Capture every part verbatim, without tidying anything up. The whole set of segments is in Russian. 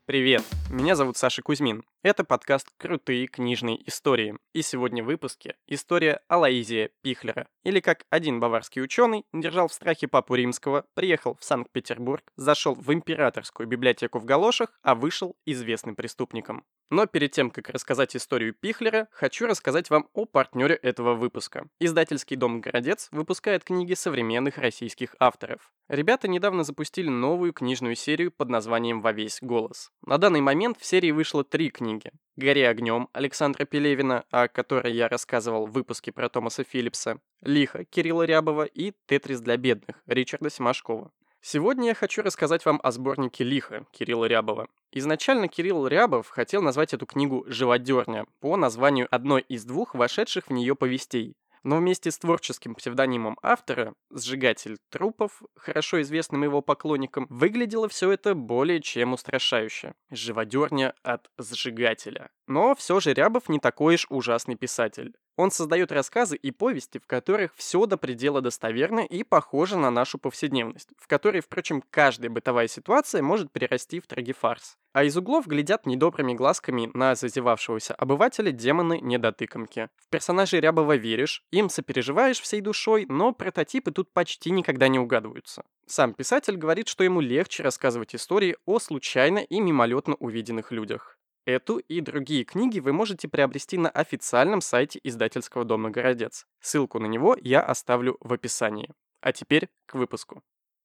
Привет, меня зовут Саша Кузьмин. Это подкаст «Крутые книжные истории». И сегодня в выпуске история Алоизия Пихлера. Или как один баварский ученый держал в страхе папу римского, приехал в Санкт-Петербург, зашел в императорскую библиотеку в галошах, а вышел известным преступником. Но перед тем, как рассказать историю Пихлера, хочу рассказать вам о партнере этого выпуска. Издательский дом «Городец» выпускает книги современных российских авторов. Ребята недавно запустили новую книжную серию под названием «Во весь голос». На данный момент в серии вышло три книги. «Гори огнем» Александра Пелевина, о которой я рассказывал в выпуске про Томаса Филлипса, «Лихо» Кирилла Рябова и «Тетрис для бедных» Ричарда Семашкова. Сегодня я хочу рассказать вам о сборнике «Лихо» Кирилла Рябова. Изначально Кирилл Рябов хотел назвать эту книгу «Живодерня» по названию одной из двух вошедших в нее повестей. Но вместе с творческим псевдонимом автора, «Сжигатель трупов», хорошо известным его поклонникам, выглядело все это более чем устрашающе. Живодерня от сжигателя. Но все же Рябов не такой уж ужасный писатель. Он создает рассказы и повести, в которых все до предела достоверно и похоже на нашу повседневность, в которой, впрочем, каждая бытовая ситуация может перерасти в трагифарс. А из углов глядят недобрыми глазками на зазевавшегося обывателя демоны-недотыкомки. В персонажей Рябова веришь, им сопереживаешь всей душой, но прототипы тут почти никогда не угадываются. Сам писатель говорит, что ему легче рассказывать истории о случайно и мимолетно увиденных людях. Эту и другие книги вы можете приобрести на официальном сайте издательского дома «Городец». Ссылку на него я оставлю в описании. А теперь к выпуску.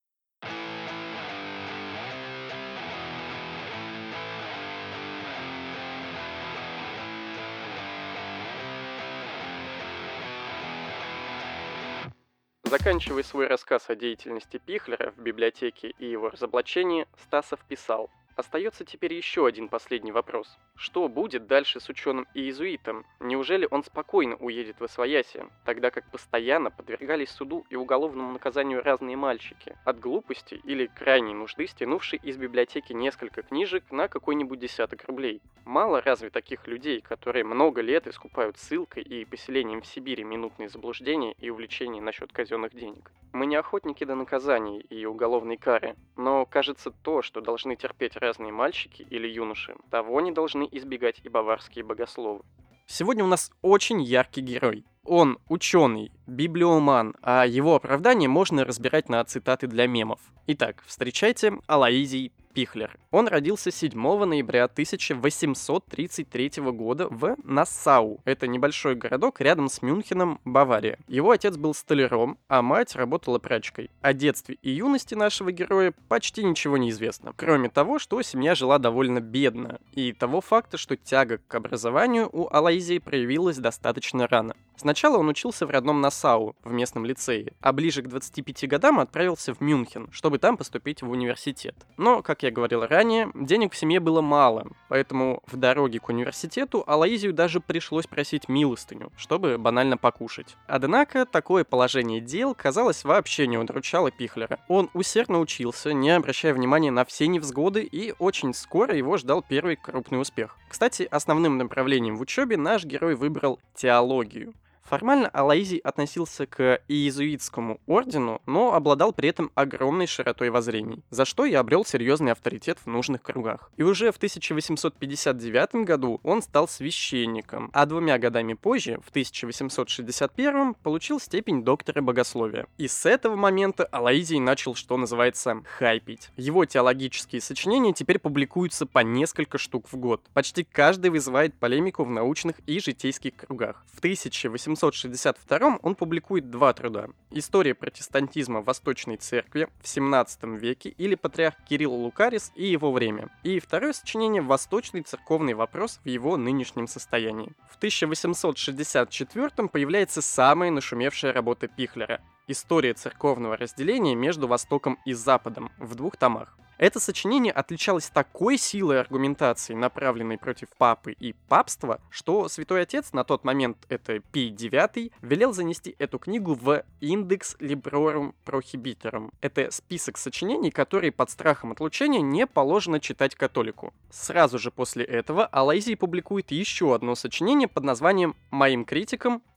Заканчивая свой рассказ о деятельности Пихлера в библиотеке и его разоблачении, Стасов писал: «Остается теперь еще один последний вопрос. Что будет дальше с ученым-иезуитом? Неужели он спокойно уедет в освоясье, тогда как постоянно подвергались суду и уголовному наказанию разные мальчики, от глупости или крайней нужды стянувшие из библиотеки несколько книжек на какой-нибудь десяток рублей? Мало разве таких людей, которые много лет искупают ссылкой и поселением в Сибири минутные заблуждения и увлечения насчет казенных денег? Мы не охотники до наказаний и уголовной кары, но кажется, то, что должны терпеть разные мальчики или юноши, того не должны избегать и баварские богословы». Сегодня у нас очень яркий герой. Он ученый, библиоман, а его оправдание можно разбирать на цитаты для мемов. Итак, встречайте Алоизий Пихлер. Он родился седьмого ноября тысяча восемьсот тридцать третьего года в Нассау. Это небольшой городок рядом с Мюнхеном, Бавария. Его отец был столяром, а мать работала прачкой. О детстве и юности нашего героя почти ничего не известно, кроме того, что семья жила довольно бедно, и того факта, что тяга к образованию у Алоизии проявилась достаточно рано. Сначала он учился в родном Нассау, в местном лицее, а ближе к двадцати пяти годам отправился в Мюнхен, чтобы там поступить в университет. Но, как я говорил ранее, денег в семье было мало, поэтому в дороге к университету Алоизию даже пришлось просить милостыню, чтобы банально покушать. Однако, такое положение дел, казалось, вообще не удручало Пихлера. Он усердно учился, не обращая внимания на все невзгоды, и очень скоро его ждал первый крупный успех. Кстати, основным направлением в учебе наш герой выбрал теологию. Формально Алоизий относился к иезуитскому ордену, но обладал при этом огромной широтой воззрений, за что и обрел серьезный авторитет в нужных кругах. И уже в тысяча восемьсот пятьдесят девятом году он стал священником, а двумя годами позже, в тысяча восемьсот шестьдесят первом, получил степень доктора богословия. И с этого момента Алоизий начал, что называется, хайпить. Его теологические сочинения теперь публикуются по несколько штук в год. Почти каждый вызывает полемику в научных и житейских кругах. В тысяча восемьсот шестьдесят втором он публикует два труда: «История протестантизма в Восточной Церкви в семнадцатом веке» или «Патриарх Кирилл Лукарис и его время», и второе сочинение «Восточный церковный вопрос в его нынешнем состоянии». В тысяча восемьсот шестьдесят четвёртом появляется самая нашумевшая работа Пихлера «История церковного разделения между Востоком и Западом» в двух томах. Это сочинение отличалось такой силой аргументации, направленной против папы и папства, что Святой Отец, на тот момент это Пий девятый, велел занести эту книгу в Index Librorum Prohibitorum. Это список сочинений, которые под страхом отлучения не положено читать католику. Сразу же после этого Алоизий публикует еще одно сочинение под названием «Моим критикам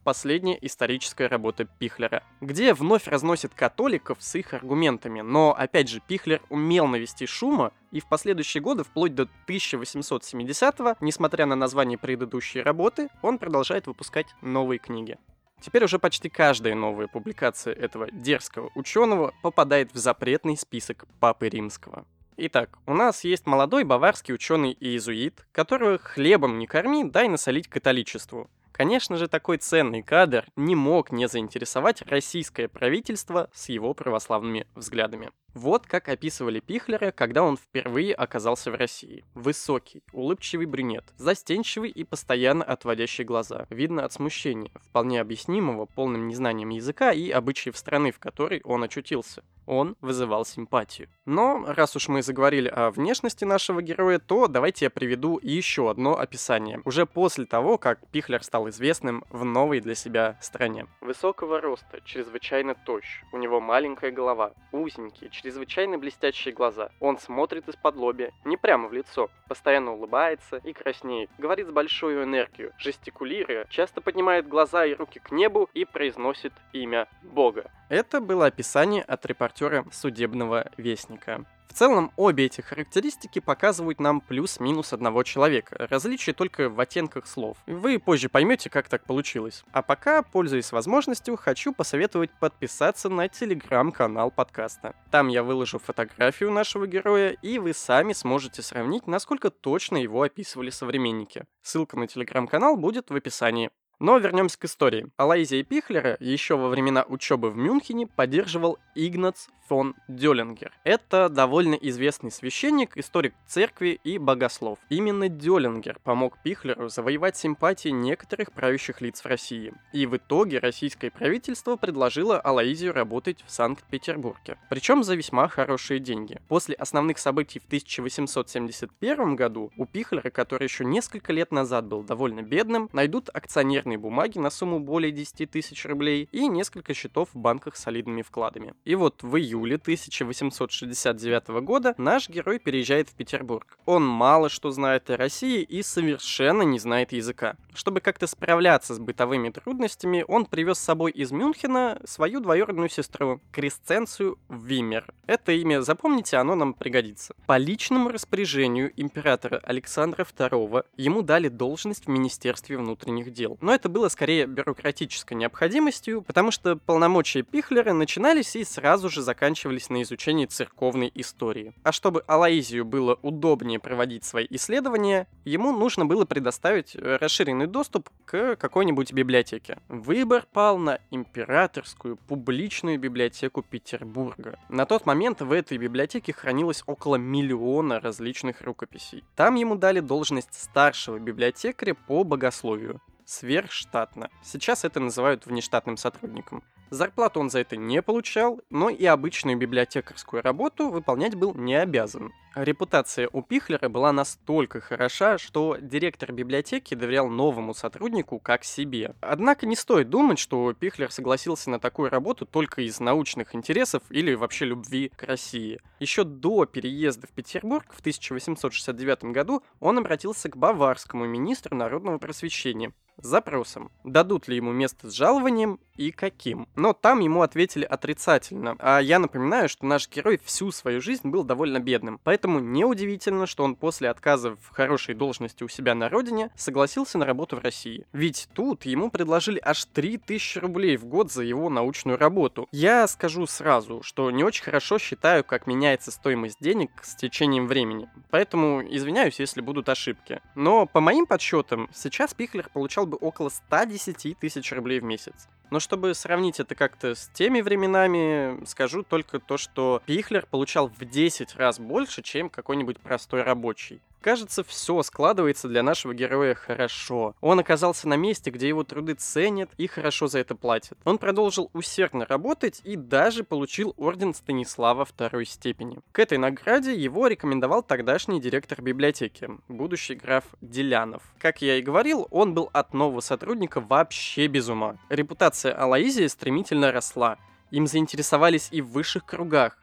последняя историческая работа Пихлера, где вновь разносит католиков с их аргументами. Но, опять же, Пихлер умел навести шума, и в последующие годы, вплоть до тысяча восемьсот семидесятого, несмотря на название предыдущей работы, он продолжает выпускать новые книги. Теперь уже почти каждая новая публикация этого дерзкого ученого попадает в запретный список Папы Римского. Итак, у нас есть молодой баварский ученый-иезуит, которого хлебом не корми, дай насолить католичеству. Конечно же, такой ценный кадр не мог не заинтересовать российское правительство с его православными взглядами. Вот как описывали Пихлера, когда он впервые оказался в России. Высокий, улыбчивый брюнет, застенчивый и постоянно отводящий глаза. Видно от смущения, вполне объяснимого полным незнанием языка и обычаев страны, в которой он очутился. Он вызывал симпатию. Но, раз уж мы заговорили о внешности нашего героя, то давайте я приведу еще одно описание, уже после того, как Пихлер стал известным в новой для себя стране. Высокого роста, чрезвычайно тощ, у него маленькая голова, узенькие, чрезвычайно блестящие глаза. Он смотрит из-под лобья, не прямо в лицо, постоянно улыбается и краснеет, говорит с большой энергией, жестикулируя, часто поднимает глаза и руки к небу и произносит имя Бога. Это было описание от репортера «Судебного вестника». В целом, обе эти характеристики показывают нам плюс-минус одного человека, различие только в оттенках слов. Вы позже поймете, как так получилось. А пока, пользуясь возможностью, хочу посоветовать подписаться на телеграм-канал подкаста. Там я выложу фотографию нашего героя, и вы сами сможете сравнить, насколько точно его описывали современники. Ссылка на телеграм-канал будет в описании. Но вернемся к истории. Алоизия Пихлера еще во времена учебы в Мюнхене поддерживал Игнац фон Дёлингер. Это довольно известный священник, историк церкви и богослов. Именно Дёлингер помог Пихлеру завоевать симпатии некоторых правящих лиц в России. И в итоге российское правительство предложило Алоизию работать в Санкт-Петербурге. Причем за весьма хорошие деньги. После основных событий в тысяча восемьсот семьдесят первом году у Пихлера, который еще несколько лет назад был довольно бедным, найдут акционерные бумаги на сумму более десяти тысяч рублей и несколько счетов в банках с солидными вкладами. И вот в июле тысяча восемьсот шестьдесят девятого года наш герой переезжает в Петербург. Он мало что знает о России и совершенно не знает языка. Чтобы как-то справляться с бытовыми трудностями, он привез с собой из Мюнхена свою двоюродную сестру, Кресценцию Виммер. Это имя запомните, оно нам пригодится. По личному распоряжению императора Александра второго ему дали должность в Министерстве внутренних дел. Но это было скорее бюрократической необходимостью, потому что полномочия Пихлера начинались и сразу же заканчивались на изучении церковной истории. А чтобы Алоизию было удобнее проводить свои исследования, ему нужно было предоставить расширенный доступ к какой-нибудь библиотеке. Выбор пал на Императорскую публичную библиотеку Петербурга. На тот момент в этой библиотеке хранилось около миллиона различных рукописей. Там ему дали должность старшего библиотекаря по богословию. Сверхштатно. Сейчас это называют внештатным сотрудником. Зарплату он за это не получал, но и обычную библиотекарскую работу выполнять был не обязан. Репутация у Пихлера была настолько хороша, что директор библиотеки доверял новому сотруднику как себе. Однако не стоит думать, что Пихлер согласился на такую работу только из научных интересов или вообще любви к России. Еще до переезда в Петербург в тысяча восемьсот шестьдесят девятом году он обратился к баварскому министру народного просвещения с запросом, дадут ли ему место с жалованием и каким. Но там ему ответили отрицательно. А я напоминаю, что наш герой всю свою жизнь был довольно бедным. Поэтому неудивительно, что он после отказа в хорошей должности у себя на родине согласился на работу в России. Ведь тут ему предложили аж три тысячи рублей в год за его научную работу. Я скажу сразу, что не очень хорошо считаю, как меняется стоимость денег с течением времени. Поэтому извиняюсь, если будут ошибки. Но по моим подсчетам, сейчас Пихлер получал бы около ста десяти тысяч рублей в месяц. Но чтобы сравнить это как-то с теми временами, скажу только то, что Пихлер получал в десять раз больше, чем какой-нибудь простой рабочий. Кажется, все складывается для нашего героя хорошо. Он оказался на месте, где его труды ценят и хорошо за это платят. Он продолжил усердно работать и даже получил орден Станислава второй степени. К этой награде его рекомендовал тогдашний директор библиотеки, будущий граф Делянов. Как я и говорил, он был от нового сотрудника вообще без ума. Репутация Алоизии стремительно росла. Им заинтересовались и в высших кругах.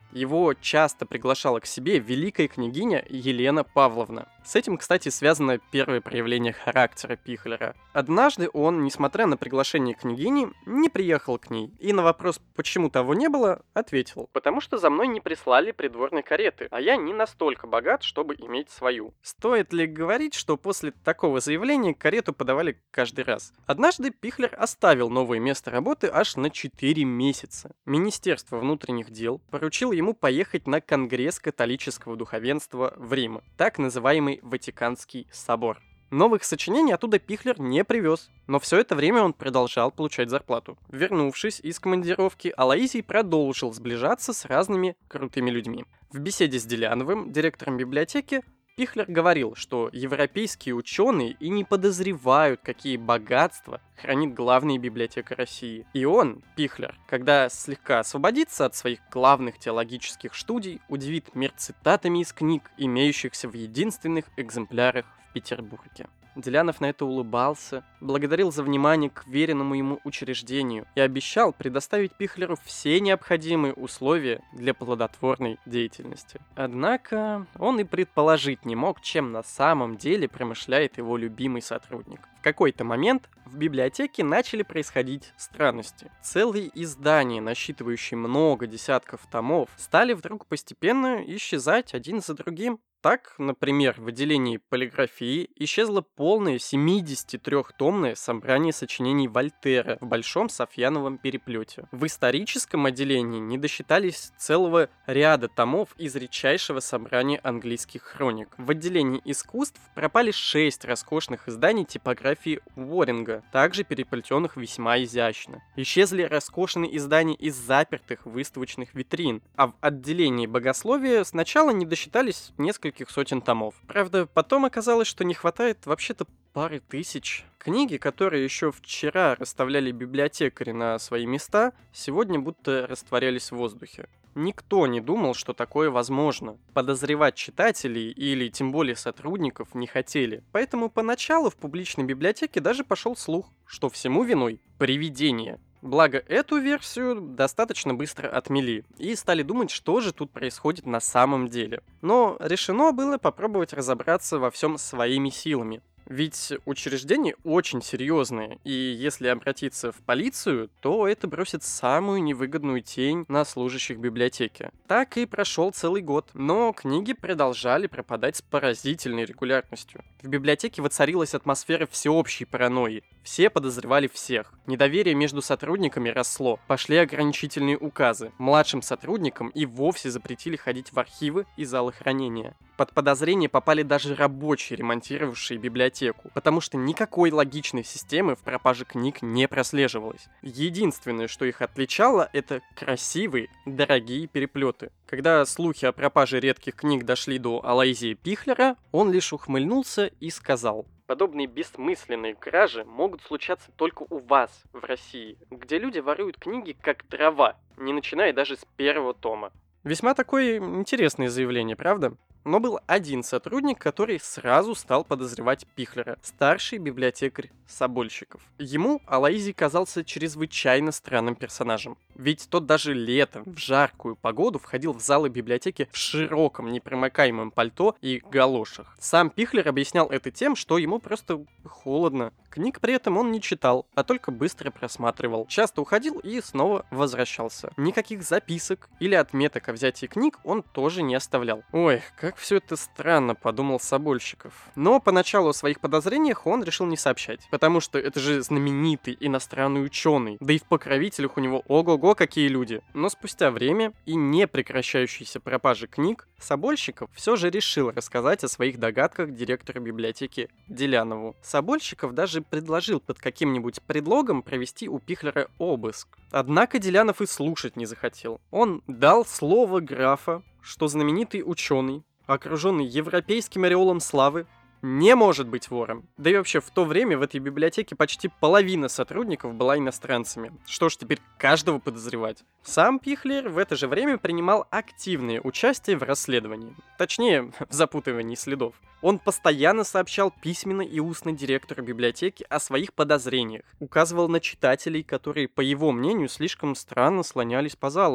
Его часто приглашала к себе великая княгиня Елена Павловна. С этим, кстати, связано первое проявление характера Пихлера. Однажды он, несмотря на приглашение княгини, не приехал к ней, и на вопрос, почему того не было, ответил: «Потому что за мной не прислали придворной кареты, а я не настолько богат, чтобы иметь свою». Стоит ли говорить, что после такого заявления карету подавали каждый раз? Однажды Пихлер оставил новое место работы аж на четыре месяца. Министерство внутренних дел поручило ему поехать на Конгресс католического духовенства в Рим, так называемый Ватиканский собор. Новых сочинений оттуда Пихлер не привез, но все это время он продолжал получать зарплату. Вернувшись из командировки, Алоизий продолжил сближаться с разными крутыми людьми. В беседе с Деляновым, директором библиотеки, Пихлер говорил, что европейские ученые и не подозревают, какие богатства хранит главная библиотека России. И он, Пихлер, когда слегка освободится от своих главных теологических студий, удивит мир цитатами из книг, имеющихся в единственных экземплярах в Петербурге. Делянов на это улыбался, благодарил за внимание к веренному ему учреждению и обещал предоставить Пихлеру все необходимые условия для плодотворной деятельности. Однако он и предположить не мог, чем на самом деле промышляет его любимый сотрудник. В какой-то момент в библиотеке начали происходить странности. Целые издания, насчитывающие много десятков томов, стали вдруг постепенно исчезать один за другим. Так, например, в отделении полиграфии исчезло полное семидесятитрёхтомное собрание сочинений Вольтера в Большом Софьяновом переплете. В историческом отделении не досчитались целого ряда томов из редчайшего собрания английских хроник. В отделении искусств пропали шесть роскошных изданий типографии Уоринга, также переплетенных весьма изящно. Исчезли роскошные издания из запертых выставочных витрин, а в отделении богословия сначала не досчитались несколько сотен томов. Правда, потом оказалось, что не хватает вообще-то пары тысяч. Книги, которые еще вчера расставляли библиотекари на свои места, сегодня будто растворялись в воздухе. Никто не думал, что такое возможно. Подозревать читателей или тем более сотрудников не хотели. Поэтому поначалу в публичной библиотеке даже пошел слух, что всему виной привидение. Благо, эту версию достаточно быстро отмели и стали думать, что же тут происходит на самом деле. Но решено было попробовать разобраться во всем своими силами. Ведь учреждение очень серьезное, и если обратиться в полицию, то это бросит самую невыгодную тень на служащих библиотеки. Так и прошел целый год, но книги продолжали пропадать с поразительной регулярностью. В библиотеке воцарилась атмосфера всеобщей паранойи. Все подозревали всех. Недоверие между сотрудниками росло. Пошли ограничительные указы. Младшим сотрудникам и вовсе запретили ходить в архивы и залы хранения. Под подозрение попали даже рабочие, ремонтировавшие библиотеку, потому что никакой логичной системы в пропаже книг не прослеживалось. Единственное, что их отличало, это красивые, дорогие переплеты. Когда слухи о пропаже редких книг дошли до Алоизия Пихлера, он лишь ухмыльнулся и сказал: «Подобные бессмысленные кражи могут случаться только у вас, в России, где люди воруют книги как трава, не начиная даже с первого тома». Весьма такое интересное заявление, правда? Но был один сотрудник, который сразу стал подозревать Пихлера, старший библиотекарь Собольщиков. Ему Алоизий казался чрезвычайно странным персонажем. Ведь тот даже летом, в жаркую погоду, входил в залы библиотеки в широком непромокаемом пальто и галошах. Сам Пихлер объяснял это тем, что ему просто холодно. Книг при этом он не читал, а только быстро просматривал. Часто уходил и снова возвращался. Никаких записок или отметок о взятии книг он тоже не оставлял. Ой, как все это странно, подумал Собольщиков. Но поначалу о своих подозрениях он решил не сообщать, потому что это же знаменитый иностранный ученый, да и в покровителях у него ого-го какие люди. Но спустя время и не прекращающейся пропажи книг, Собольщиков все же решил рассказать о своих догадках директору библиотеки Делянову. Собольщиков даже предложил под каким-нибудь предлогом провести у Пихлера обыск. Однако Делянов и слушать не захотел. Он дал слово графа, что знаменитый ученый, окруженный европейским ореолом славы, не может быть вором. Да и вообще, в то время в этой библиотеке почти половина сотрудников была иностранцами. Что ж, теперь каждого подозревать. Сам Пихлер в это же время принимал активное участие в расследовании. Точнее, в запутывании следов. Он постоянно сообщал письменно и устно директору библиотеки о своих подозрениях. Указывал на читателей, которые, по его мнению, слишком странно слонялись по залам.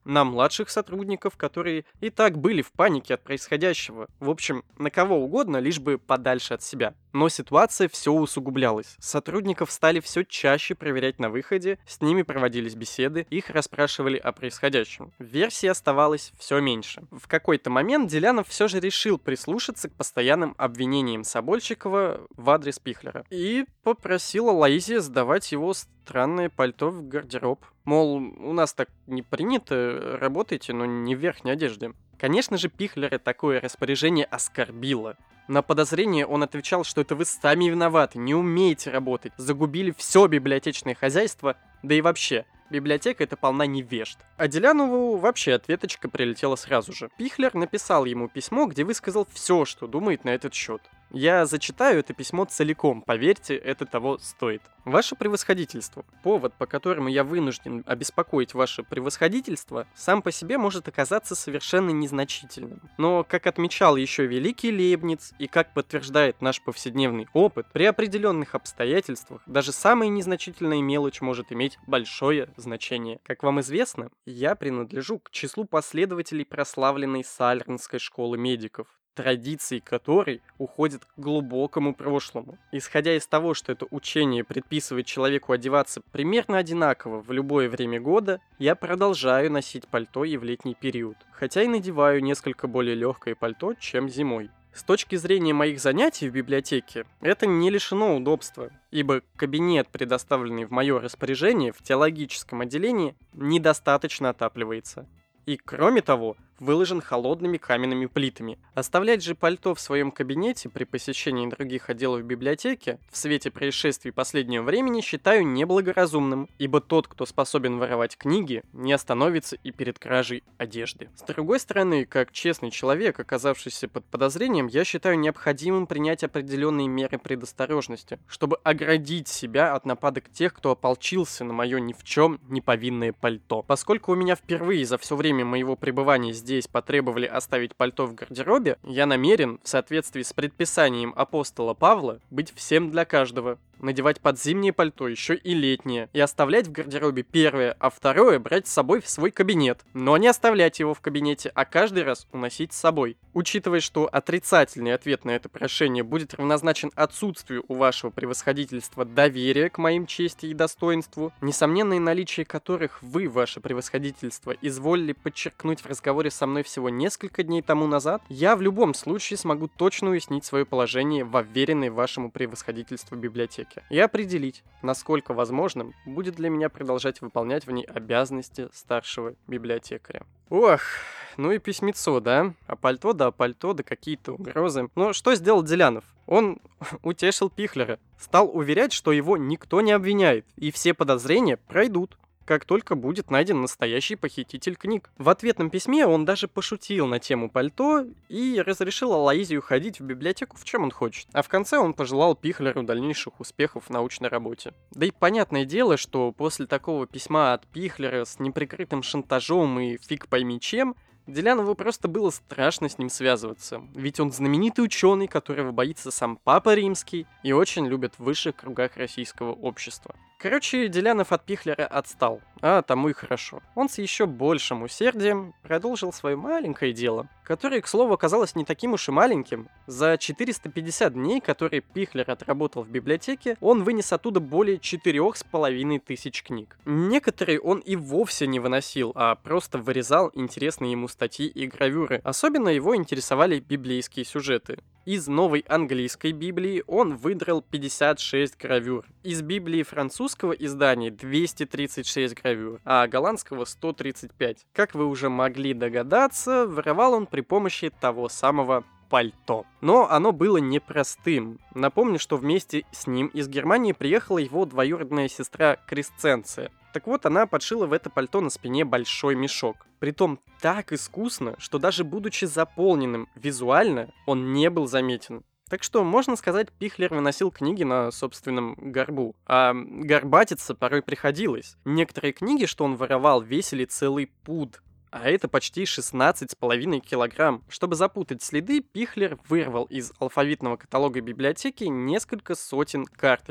на младших сотрудников, которые и так были в панике от происходящего. В общем, на кого угодно, лишь бы подальше от себя. Но ситуация все усугублялась. Сотрудников стали все чаще проверять на выходе, с ними проводились беседы, их расспрашивали о происходящем. Версий оставалось все меньше. В какой-то момент Делянов все же решил прислушаться к постоянным обвинениям Собольчикова в адрес Пихлера и попросил Алоизия сдавать его странное пальто в гардероб. Мол, у нас так не принято, работайте, но не в верхней одежде. Конечно же, Пихлера такое распоряжение оскорбило. На подозрение он отвечал, что это вы сами виноваты, не умеете работать, загубили все библиотечное хозяйство, да и вообще, библиотека это полна невежд. А Делянову вообще ответочка прилетела сразу же. Пихлер написал ему письмо, где высказал все, что думает на этот счет. Я зачитаю это письмо целиком, поверьте, это того стоит. Ваше превосходительство. Повод, по которому я вынужден обеспокоить ваше превосходительство, сам по себе может оказаться совершенно незначительным. Но, как отмечал еще великий Лейбниц, и как подтверждает наш повседневный опыт, при определенных обстоятельствах даже самая незначительная мелочь может иметь большое значение. Как вам известно, я принадлежу к числу последователей прославленной Салернской школы медиков, традиции которой уходят к глубокому прошлому. Исходя из того, что это учение предписывает человеку одеваться примерно одинаково в любое время года, я продолжаю носить пальто и в летний период, хотя и надеваю несколько более легкое пальто, чем зимой. С точки зрения моих занятий в библиотеке, это не лишено удобства, ибо кабинет, предоставленный в мое распоряжение в теологическом отделении, недостаточно отапливается. И, кроме того, выложен холодными каменными плитами. Оставлять же пальто в своем кабинете при посещении других отделов библиотеки в свете происшествий последнего времени считаю неблагоразумным, ибо тот, кто способен воровать книги, не остановится и перед кражей одежды. С другой стороны, как честный человек, оказавшийся под подозрением, я считаю необходимым принять определенные меры предосторожности, чтобы оградить себя от нападок тех, кто ополчился на мое ни в чем не повинное пальто. Поскольку у меня впервые за все время моего пребывания здесь здесь потребовали оставить пальто в гардеробе, я намерен, в соответствии с предписанием апостола Павла, быть всем для каждого. Надевать под зимнее пальто еще и летнее, и оставлять в гардеробе первое, а второе брать с собой в свой кабинет. Но не оставлять его в кабинете, а каждый раз уносить с собой. Учитывая, что отрицательный ответ на это прошение будет равнозначен отсутствию у вашего превосходительства доверия к моим чести и достоинству, несомненное наличие которых вы, ваше превосходительство, изволили подчеркнуть в разговоре со мной всего несколько дней тому назад, я в любом случае смогу точно уяснить свое положение в уверенной вашему превосходительству библиотеке и определить, насколько возможным будет для меня продолжать выполнять в ней обязанности старшего библиотекаря. Ох, ну и письмецо, да? А пальто, да пальто, да какие-то угрозы. Но что сделал Делянов? Он утешил Пихлера, стал уверять, что его никто не обвиняет, и все подозрения пройдут, как только будет найден настоящий похититель книг. В ответном письме он даже пошутил на тему пальто и разрешил Алоизию ходить в библиотеку в чем он хочет. А в конце он пожелал Пихлеру дальнейших успехов в научной работе. Да и понятное дело, что после такого письма от Пихлера с неприкрытым шантажом и фиг пойми чем, Делянову просто было страшно с ним связываться, ведь он знаменитый ученый, которого боится сам Папа Римский и очень любит в высших кругах российского общества. Короче, Делянов от Пихлера отстал, а тому и хорошо. Он с еще большим усердием продолжил свое маленькое дело, которое, к слову, оказалось не таким уж и маленьким. За четыреста пятьдесят дней, которые Пихлер отработал в библиотеке, он вынес оттуда более четырех с половиной тысяч книг. Некоторые он и вовсе не выносил, а просто вырезал интересные ему статьи и гравюры. Особенно его интересовали библейские сюжеты. Из новой английской Библии он выдрал пятьдесят шесть гравюр. Из Библии французского издания двести тридцать шесть гравюр, а голландского сто тридцать пять. Как вы уже могли догадаться, воровал он при помощи того самого пальто. Но оно было непростым. Напомню, что вместе с ним из Германии приехала его двоюродная сестра Кресценция. Так вот, она подшила в это пальто на спине большой мешок. Притом так искусно, что даже будучи заполненным визуально, он не был заметен. Так что, можно сказать, Пихлер выносил книги на собственном горбу. А горбатиться порой приходилось. Некоторые книги, что он воровал, весили целый пуд. А это почти шестнадцать с половиной килограмм. Чтобы запутать следы, Пихлер вырвал из алфавитного каталога библиотеки несколько сотен карточек.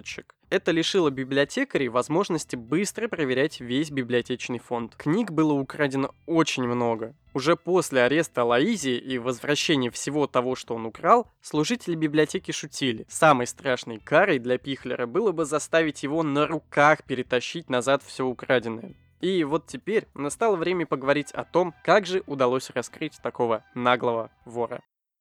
Это лишило библиотекарей возможности быстро проверять весь библиотечный фонд. Книг было украдено очень много. Уже после ареста Алоизии и возвращения всего того, что он украл, служители библиотеки шутили. Самой страшной карой для Пихлера было бы заставить его на руках перетащить назад все украденное. И вот теперь настало время поговорить о том, как же удалось раскрыть такого наглого вора.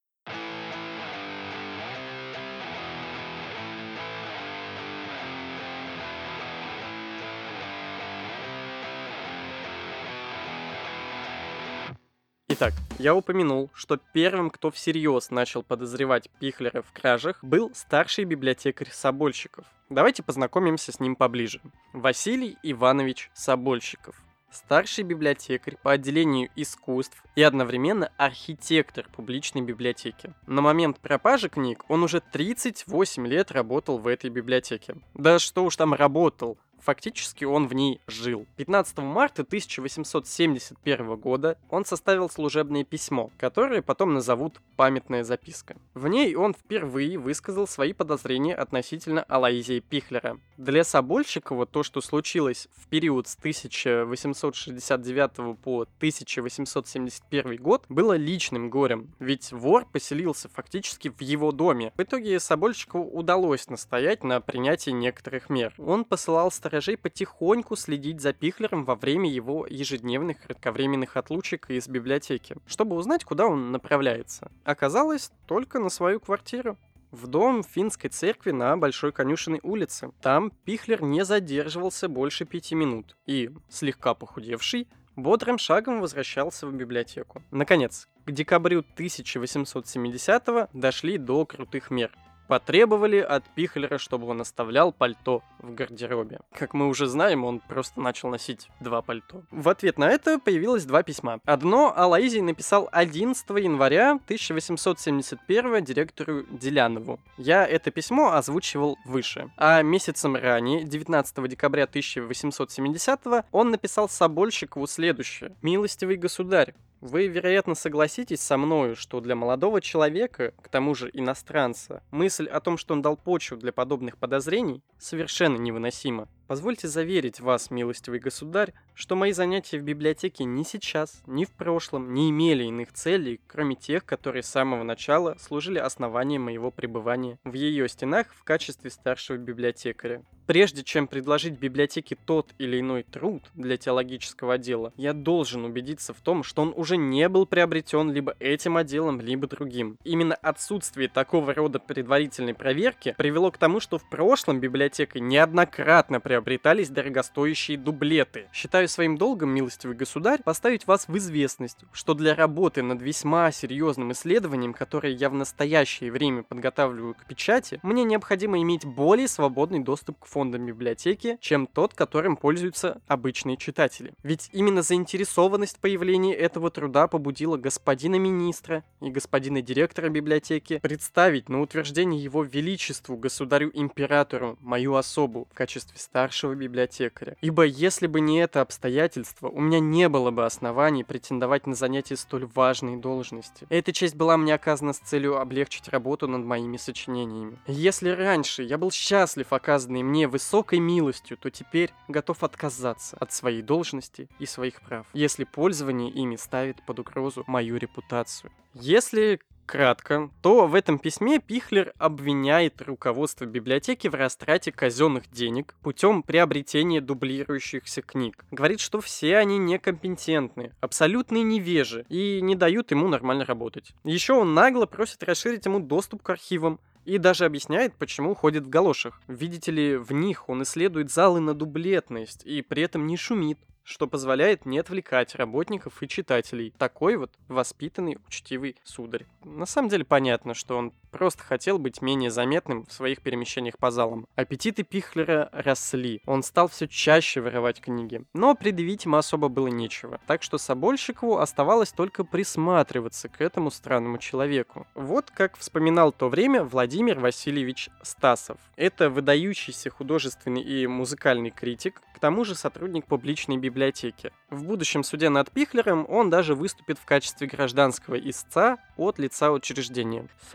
Итак, я упомянул, что первым, кто всерьез начал подозревать Пихлера в кражах, был старший библиотекарь Собольщиков. Давайте познакомимся с ним поближе. Василий Иванович Собольщиков. Старший библиотекарь по отделению искусств и одновременно архитектор публичной библиотеки. На момент пропажи книг он уже тридцать восемь лет работал в этой библиотеке. Да что уж там работал, фактически он в ней жил. пятнадцатого марта тысяча восемьсот семьдесят первого года он составил служебное письмо, которое потом назовут «Памятная записка». В ней он впервые высказал свои подозрения относительно Алоизии Пихлера. Для Собольщикова то, что случилось в период с тысяча восемьсот шестьдесят девятого по тысяча восемьсот семьдесят первый год, было личным горем, ведь вор поселился фактически в его доме. В итоге Собольщикову удалось настоять на принятии некоторых мер. Он посылал сторожей потихоньку следить за Пихлером во время его ежедневных кратковременных отлучек из библиотеки, чтобы узнать, куда он направляется. Оказалось, только на свою квартиру. В дом Финской церкви на Большой Конюшенной улице. Там Пихлер не задерживался больше пяти минут и, слегка похудевший, бодрым шагом возвращался в библиотеку. Наконец, к декабрю тысяча восемьсот семидесятого дошли до крутых мер. Потребовали от Пихлера, чтобы он оставлял пальто в гардеробе. Как мы уже знаем, он просто начал носить два пальто. В ответ на это появилось два письма. Одно Алоизий написал одиннадцатого января тысяча восемьсот семьдесят первого директору Делянову. Я это письмо озвучивал выше. А месяцем ранее, девятнадцатого декабря тысяча восемьсот семидесятого, он написал Собольщикову следующее. «Милостивый государь, вы, вероятно, согласитесь со мною, что для молодого человека, к тому же иностранца, мысль о том, что он дал почву для подобных подозрений, совершенно невыносима. Позвольте заверить вас, милостивый государь, что мои занятия в библиотеке ни сейчас, ни в прошлом не имели иных целей, кроме тех, которые с самого начала служили основанием моего пребывания в ее стенах в качестве старшего библиотекаря. Прежде чем предложить библиотеке тот или иной труд для теологического отдела, я должен убедиться в том, что он уже не был приобретен либо этим отделом, либо другим. Именно отсутствие такого рода предварительной проверки привело к тому, что в прошлом библиотекой неоднократно приобретались дорогостоящие дублеты. Считаю своим долгом, милостивый государь, поставить вас в известность, что для работы над весьма серьезным исследованием, которое я в настоящее время подготавливаю к печати, мне необходимо иметь более свободный доступ к фондам библиотеки, чем тот, которым пользуются обычные читатели. Ведь именно заинтересованность появления этого труда побудила господина министра и господина директора библиотеки представить на утверждение его величеству, государю-императору, мою особу в качестве старшего библиотекаря. Ибо если бы не это обстоятельство, у меня не было бы оснований претендовать на занятие столь важной должности. Эта честь была мне оказана с целью облегчить работу над моими сочинениями. Если раньше я был счастлив оказанной мне высокой милостью, то теперь готов отказаться от своей должности и своих прав, если пользование ими ставит под угрозу мою репутацию». Если кратко, то в этом письме Пихлер обвиняет руководство библиотеки в растрате казенных денег путем приобретения дублирующихся книг. Говорит, что все они некомпетентны, абсолютные невежи и не дают ему нормально работать. Еще он нагло просит расширить ему доступ к архивам и даже объясняет, почему ходит в галошах. Видите ли, в них он исследует залы на дублетность и при этом не шумит, что позволяет не отвлекать работников и читателей. Такой вот воспитанный, учтивый сударь. На самом деле понятно, что он просто хотел быть менее заметным в своих перемещениях по залам. Аппетиты Пихлера росли, он стал все чаще воровать книги, но предъявить ему особо было нечего. Так что Собольщикову оставалось только присматриваться к этому странному человеку. Вот как вспоминал то время Владимир Васильевич Стасов. Это выдающийся художественный и музыкальный критик, к тому же сотрудник публичной библиотеки. В будущем суде над Пихлером он даже выступит в качестве гражданского истца от лица учреждения. Самый факт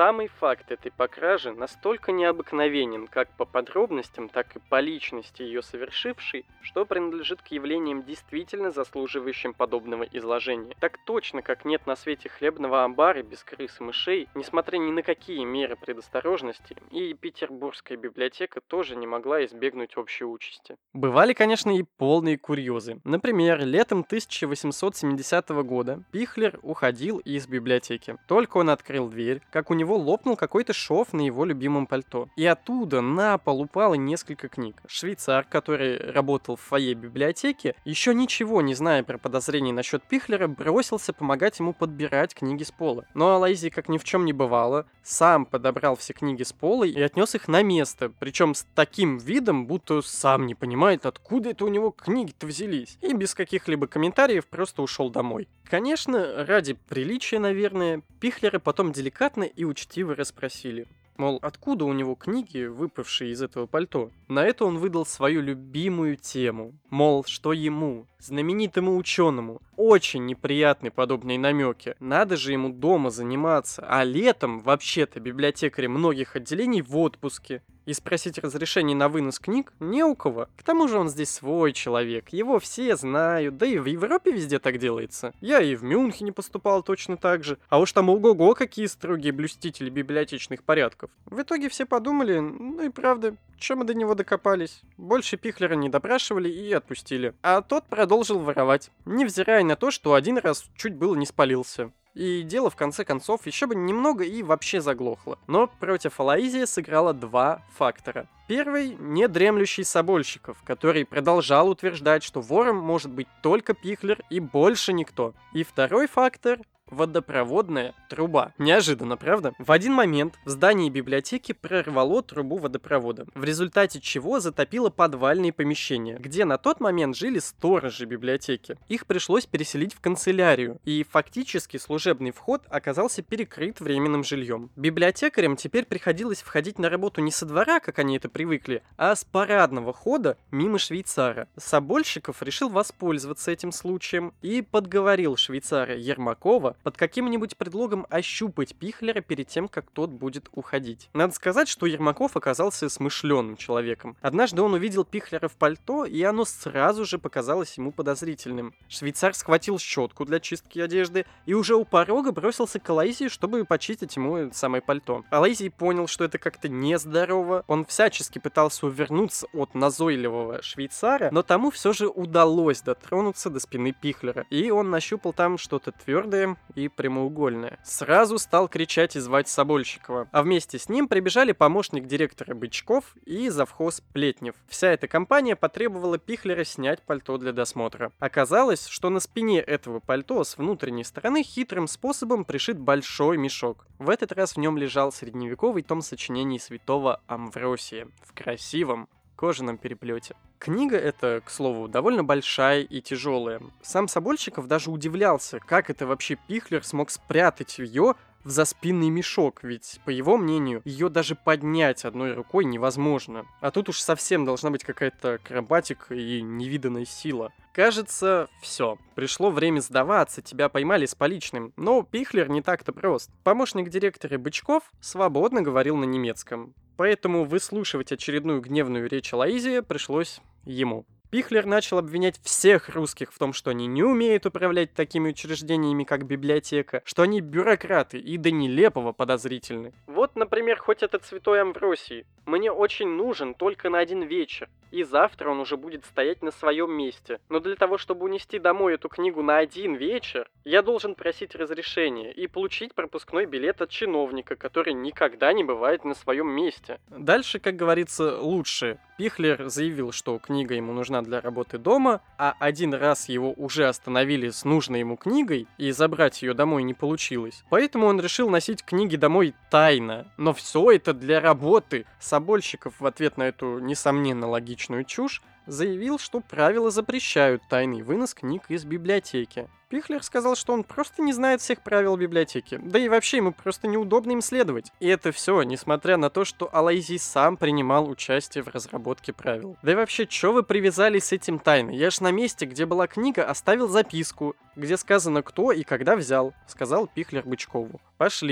факт этой покражи настолько необыкновенен как по подробностям, так и по личности ее совершившей, что принадлежит к явлениям действительно заслуживающим подобного изложения. Так точно, как нет на свете хлебного амбара без крыс и мышей, несмотря ни на какие меры предосторожности, и Петербургская библиотека тоже не могла избегнуть общей участи. Бывали, конечно, и полные курьезы. Например, летом тысяча восемьсот семидесятого года Пихлер уходил из библиотеки. Только он открыл дверь, как у него лопнул какой-то шов на его любимом пальто. И оттуда на пол упало несколько книг. Швейцар, который работал в фойе библиотеки, еще ничего не зная про подозрения насчет Пихлера, бросился помогать ему подбирать книги с пола. Но Алайзий, как ни в чем не бывало, сам подобрал все книги с пола и отнес их на место, причем с таким видом, будто сам не понимает, откуда это у него книги-то взялись, и без каких-либо комментариев просто ушел домой. Конечно, ради приличия, наверное, Пихлера потом деликатно и учтиво расспросили. Мол, откуда у него книги, выпавшие из этого пальто? На это он выдал свою любимую тему. Мол, что ему, знаменитому ученому, очень неприятны подобные намеки. Надо же ему дома заниматься, а летом вообще-то библиотекари многих отделений в отпуске. И спросить разрешение на вынос книг не у кого. К тому же он здесь свой человек, его все знают, да и в Европе везде так делается. Я и в Мюнхене поступал точно так же. А уж там ого-го, какие строгие блюстители библиотечных порядков. В итоге все подумали, ну и правда, че мы до него докопались. Больше Пихлера не допрашивали и отпустили. А тот продолжил воровать, невзирая на то, что один раз чуть было не спалился. И дело, в конце концов, еще бы немного и вообще заглохло. Но против Алоизия сыграло два фактора. Первый – недремлющий Собольщиков, который продолжал утверждать, что вором может быть только Пихлер и больше никто. И второй фактор – водопроводная труба. Неожиданно, правда? В один момент в здании библиотеки прорвало трубу водопровода, в результате чего затопило подвальные помещения, где на тот момент жили сторожи библиотеки. Их пришлось переселить в канцелярию, и фактически служебный вход оказался перекрыт временным жильем. Библиотекарям теперь приходилось входить на работу не со двора, как они это привыкли, а с парадного хода мимо швейцара. Собольщиков решил воспользоваться этим случаем и подговорил швейцара Ермакова под каким-нибудь предлогом ощупать Пихлера перед тем, как тот будет уходить. Надо сказать, что Ермаков оказался смышленым человеком. Однажды он увидел Пихлера в пальто, и оно сразу же показалось ему подозрительным. Швейцар схватил щетку для чистки одежды и уже у порога бросился к Алоизию, чтобы почистить ему это самое пальто. Алоизий понял, что это как-то нездорово. Он всячески пытался увернуться от назойливого швейцара, но тому все же удалось дотронуться до спины Пихлера, и он нащупал там что-то твердое и прямоугольное. Сразу стал кричать и звать Собольщикова, а вместе с ним прибежали помощник директора Бычков и завхоз Плетнев. Вся эта компания потребовала Пихлера снять пальто для досмотра. Оказалось, что на спине этого пальто с внутренней стороны хитрым способом пришит большой мешок. В этот раз в нем лежал средневековый том сочинений святого Амвросия в красивом кожаном переплете. Книга эта, к слову, довольно большая и тяжелая. Сам Собольщиков даже удивлялся, как это вообще Пихлер смог спрятать ее в заспинный мешок, ведь, по его мнению, ее даже поднять одной рукой невозможно. А тут уж совсем должна быть какая-то акробатика и невиданная сила. Кажется, все. Пришло время сдаваться, тебя поймали с поличным. Но Пихлер не так-то прост. Помощник директора Бычков свободно говорил на немецком. Поэтому выслушивать очередную гневную речь Алоизия пришлось ему. Пихлер начал обвинять всех русских в том, что они не умеют управлять такими учреждениями, как библиотека, что они бюрократы и до нелепого подозрительны. Вот, например, хоть этот святой Амвросий. Мне очень нужен только на один вечер, и завтра он уже будет стоять на своем месте. Но для того, чтобы унести домой эту книгу на один вечер, я должен просить разрешения и получить пропускной билет от чиновника, который никогда не бывает на своем месте. Дальше, как говорится, лучше. Пихлер заявил, что книга ему нужна для работы дома, а один раз его уже остановили с нужной ему книгой, и забрать ее домой не получилось. Поэтому он решил носить книги домой тайно. Но все это для работы. Собольщиков в ответ на эту, несомненно, логичную чушь заявил, что правила запрещают тайный вынос книг из библиотеки. Пихлер сказал, что он просто не знает всех правил библиотеки, да и вообще ему просто неудобно им следовать. И это все, несмотря на то, что Алоизий сам принимал участие в разработке правил. Да и вообще, чё вы привязались с этим тайно? Я ж на месте, где была книга, оставил записку, где сказано, кто и когда взял, сказал Пихлер Бычкову. Пошли.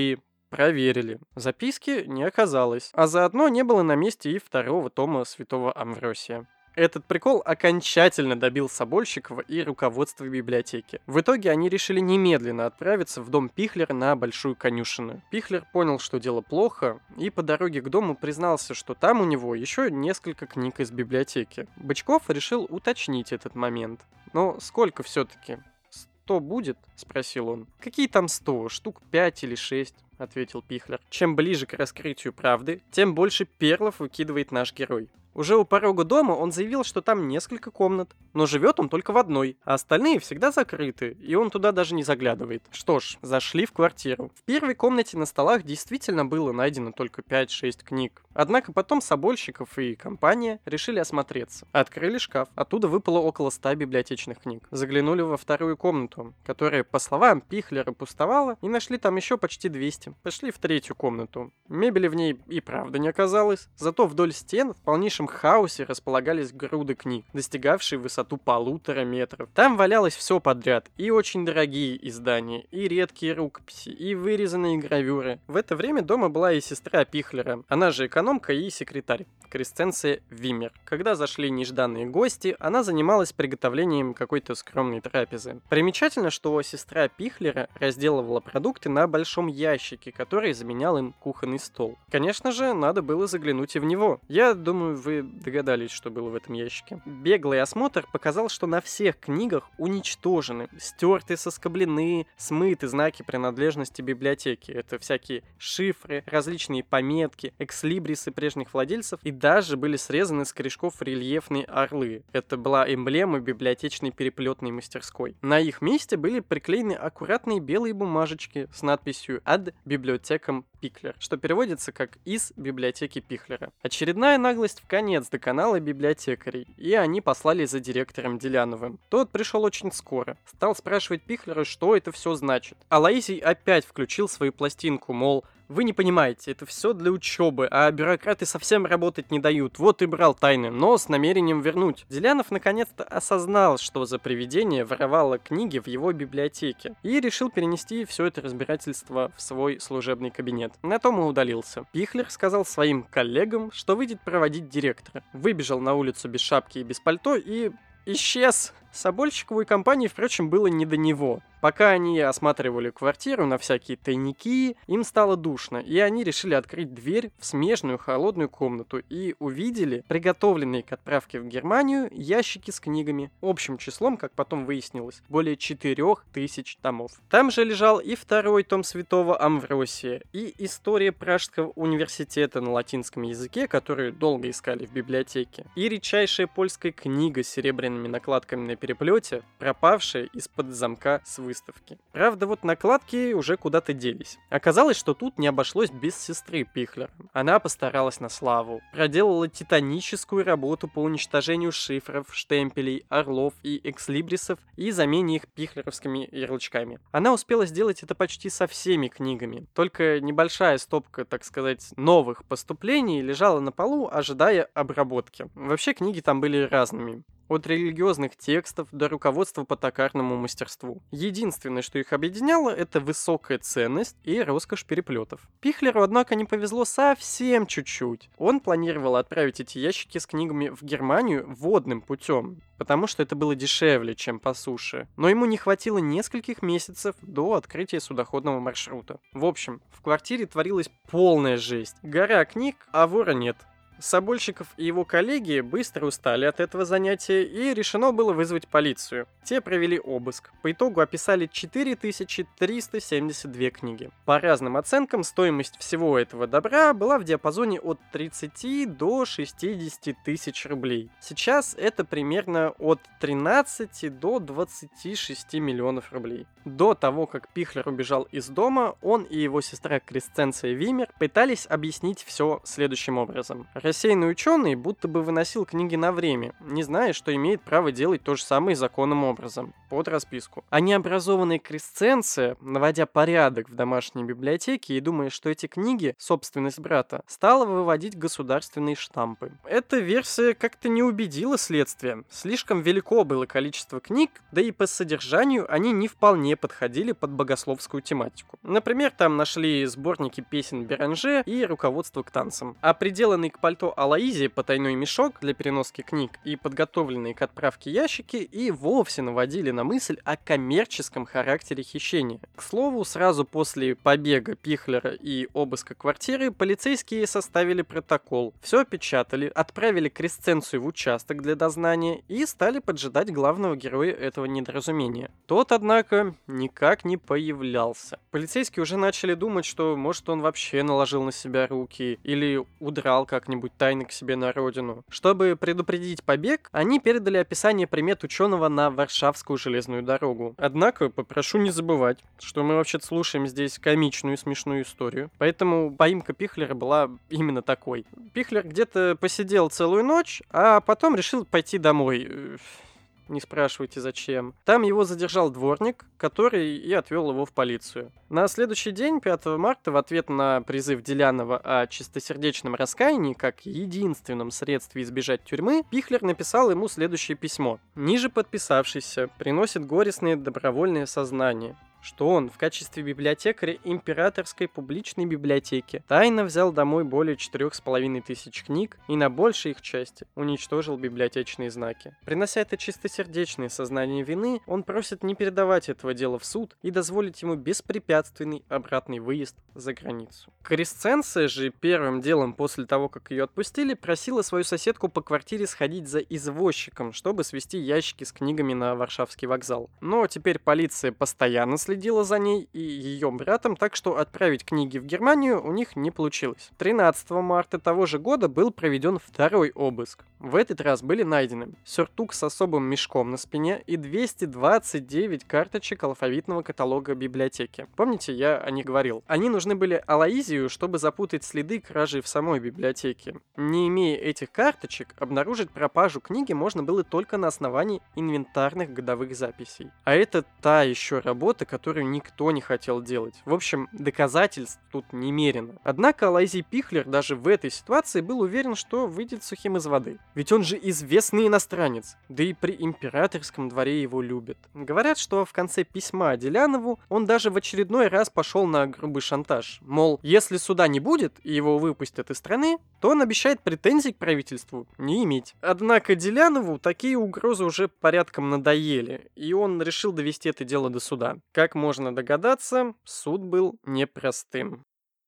Проверили. Записки не оказалось, а заодно не было на месте и второго тома Святого Амвросия. Этот прикол окончательно добил Собольщикова и руководство библиотеки. В итоге они решили немедленно отправиться в дом Пихлера на Большую Конюшенную. Пихлер понял, что дело плохо, и по дороге к дому признался, что там у него еще несколько книг из библиотеки. Бычков решил уточнить этот момент. Но сколько все-таки? «Сто будет?» — спросил он. «Какие там сто? Штук пять или шесть?» — ответил Пихлер. «Чем ближе к раскрытию правды, тем больше перлов выкидывает наш герой». Уже у порога дома он заявил, что там несколько комнат, но живет он только в одной, а остальные всегда закрыты, и он туда даже не заглядывает. Что ж, зашли в квартиру. В первой комнате на столах действительно было найдено только пять-шесть книг. Однако потом Собольщиков и компания решили осмотреться. Открыли шкаф, оттуда выпало около ста библиотечных книг. Заглянули во вторую комнату, которая, по словам Пихлера, пустовала, и нашли там еще почти двести. Пошли в третью комнату. Мебели в ней и правда не оказалось, зато вдоль стен в полнейшем хаосе располагались груды книг, достигавшие высоту полутора метров. Там валялось все подряд, и очень дорогие издания, и редкие рукописи, и вырезанные гравюры. В это время дома была и сестра Пихлера, она же экономка и секретарь, Кресценция Вимер. Когда зашли нежданные гости, она занималась приготовлением какой-то скромной трапезы. Примечательно, что сестра Пихлера разделывала продукты на большом ящике, который заменял им кухонный стол. Конечно же, надо было заглянуть и в него. Я думаю, вы догадались, что было в этом ящике. Беглый осмотр показал, что на всех книгах уничтожены, стерты, соскоблены, смыты знаки принадлежности библиотеки. Это всякие шифры, различные пометки, экслибрисы прежних владельцев, и даже были срезаны с корешков рельефные орлы. Это была эмблема библиотечной переплетной мастерской. На их месте были приклеены аккуратные белые бумажечки с надписью «Ad библиотекам Пихлер», что переводится как «из библиотеки Пихлера». Очередная наглость в конец доконала библиотекарей, и они послали за директором Деляновым. Тот пришел очень скоро. Стал спрашивать Пихлера, что это все значит. А Лаизий опять включил свою пластинку, мол, вы не понимаете, это все для учебы, а бюрократы совсем работать не дают. Вот и брал тайны, но с намерением вернуть. Делянов наконец-то осознал, что за привидение воровало книги в его библиотеке, и решил перенести все это разбирательство в свой служебный кабинет. На том и удалился. Пихлер сказал своим коллегам, что выйдет проводить директора. Выбежал на улицу без шапки и без пальто и исчез. Собольщикову и компании, впрочем, было не до него. Пока они осматривали квартиру на всякие тайники, им стало душно, и они решили открыть дверь в смежную холодную комнату и увидели приготовленные к отправке в Германию ящики с книгами, общим числом, как потом выяснилось, более четырех тысяч томов. Там же лежал и второй том Святого Амвросия, и история Пражского университета на латинском языке, которую долго искали в библиотеке, и редчайшая польская книга с серебряными накладками на переплете, пропавшая из-под замка с выставки. Правда, вот накладки уже куда-то делись. Оказалось, что тут не обошлось без сестры Пихлера. Она постаралась на славу, проделала титаническую работу по уничтожению шифров, штемпелей, орлов и экслибрисов и замене их пихлеровскими ярлычками. Она успела сделать это почти со всеми книгами, только небольшая стопка, так сказать, новых поступлений лежала на полу, ожидая обработки. Вообще книги там были разными. От религиозных текстов до руководства по токарному мастерству. Единственное, что их объединяло, это высокая ценность и роскошь переплетов. Пихлеру, однако, не повезло совсем чуть-чуть. Он планировал отправить эти ящики с книгами в Германию водным путем, потому что это было дешевле, чем по суше. Но ему не хватило нескольких месяцев до открытия судоходного маршрута. В общем, в квартире творилась полная жесть. Гора книг, а вора нет. Собольщиков и его коллеги быстро устали от этого занятия, и решено было вызвать полицию. Те провели обыск. По итогу описали четыре тысячи триста семьдесят две книги. По разным оценкам, стоимость всего этого добра была в диапазоне от тридцати до шестидесяти тысяч рублей. Сейчас это примерно от тринадцати до двадцати шести миллионов рублей. До того, как Пихлер убежал из дома, он и его сестра Кресценция Вимер пытались объяснить все следующим образом. Рассеянный ученый будто бы выносил книги на время, не зная, что имеет право делать то же самое законным образом, под расписку. А необразованный кресценция, наводя порядок в домашней библиотеке и думая, что эти книги — собственность брата, стала выводить государственные штампы. Эта версия как-то не убедила следствие. Слишком велико было количество книг, да и по содержанию они не вполне подходили под богословскую тематику. Например, там нашли сборники песен Беранже и руководство к танцам. А приделанный к пальто Алоизии потайной мешок для переноски книг и подготовленные к отправке ящики и вовсе наводили на мысль о коммерческом характере хищения. К слову, сразу после побега Пихлера и обыска квартиры полицейские составили протокол, все опечатали, отправили кресценцию в участок для дознания и стали поджидать главного героя этого недоразумения. Тот, однако, никак не появлялся. Полицейские уже начали думать, что, может, он вообще наложил на себя руки или удрал как-нибудь тайно к себе на родину. Чтобы предупредить побег, они передали описание примет ученого на Варшавскую железную дорогу. Однако, попрошу не забывать, что мы вообще-то слушаем здесь комичную и смешную историю, поэтому поимка Пихлера была именно такой. Пихлер где-то посидел целую ночь, а потом решил пойти домой. Не спрашивайте, зачем. Там его задержал дворник, который и отвел его в полицию. На следующий день, пятого марта, в ответ на призыв Делянова о чистосердечном раскаянии, как единственном средстве избежать тюрьмы, Пихлер написал ему следующее письмо. Ниже подписавшийся приносит горестное добровольное сознание, что он в качестве библиотекаря Императорской публичной библиотеки тайно взял домой более четырех с половиной тысяч книг и на большей их части уничтожил библиотечные знаки. Принося это чистосердечное сознание вины, он просит не передавать этого дела в суд и дозволить ему беспрепятственный обратный выезд за границу. Кресценция же первым делом после того, как ее отпустили, просила свою соседку по квартире сходить за извозчиком, чтобы свезти ящики с книгами на Варшавский вокзал. Но теперь полиция постоянно следила за ней и ее братом, так что отправить книги в Германию у них не получилось. тринадцатого марта того же года был проведен второй обыск. В этот раз были найдены сюртук с особым мешком на спине и двести двадцать девять карточек алфавитного каталога библиотеки. Помните, я о них говорил? Они нужны были Алоизию, чтобы запутать следы кражи в самой библиотеке. Не имея этих карточек, обнаружить пропажу книги можно было только на основании инвентарных годовых записей. А это та еще работа, которую никто не хотел делать. В общем, доказательств тут немерено. Однако Алоизий Пихлер даже в этой ситуации был уверен, что выйдет сухим из воды. Ведь он же известный иностранец, да и при императорском дворе его любят. Говорят, что в конце письма Делянову он даже в очередной раз пошел на грубый шантаж. Мол, если суда не будет и его выпустят из страны, то он обещает претензий к правительству не иметь. Однако Делянову такие угрозы уже порядком надоели, и он решил довести это дело до суда. Как можно догадаться, суд был непростым.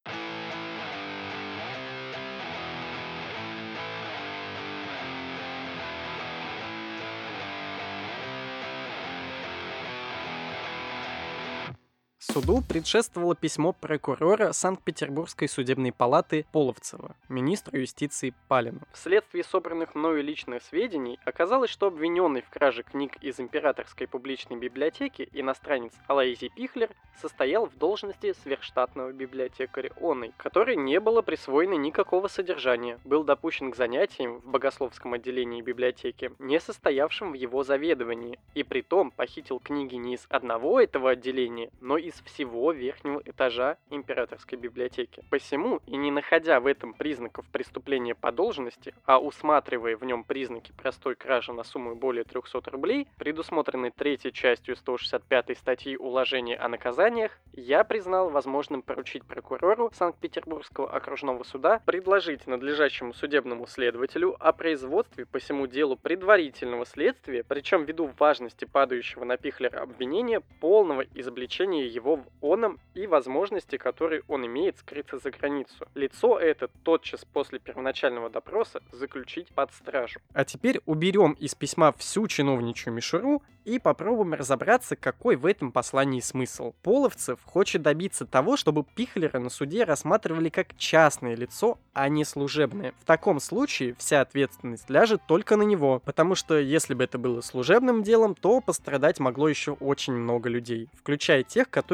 Суду предшествовало письмо прокурора Санкт-Петербургской судебной палаты Половцева министру юстиции Палину. Вследствие собранных мною личных сведений оказалось, что обвиненный в краже книг из Императорской публичной библиотеки иностранец Алоизий Пихлер состоял в должности сверхштатного библиотекаря оной, которой не было присвоено никакого содержания, был допущен к занятиям в богословском отделении библиотеки, не состоявшим в его заведовании, и притом похитил книги не из одного этого отделения, но из всего верхнего этажа Императорской библиотеки. Посему, и не находя в этом признаков преступления по должности, а усматривая в нем признаки простой кражи на сумму более трехсот рублей, предусмотренной третьей частью сто шестьдесят пятой статьи Уложения о наказаниях, я признал возможным поручить прокурору Санкт-Петербургского окружного суда предложить надлежащему судебному следователю о производстве по всему делу предварительного следствия, причем ввиду важности падающего на Пихлера обвинения, полного изобличения его в оном и возможности, которые он имеет скрыться за границу. Лицо это тотчас после первоначального допроса заключить под стражу. А теперь уберем из письма всю чиновничью мишуру и попробуем разобраться, какой в этом послании смысл. Половцев хочет добиться того, чтобы Пихлера на суде рассматривали как частное лицо, а не служебное. В таком случае вся ответственность ляжет только на него, потому что если бы это было служебным делом, то пострадать могло еще очень много людей, включая тех, которые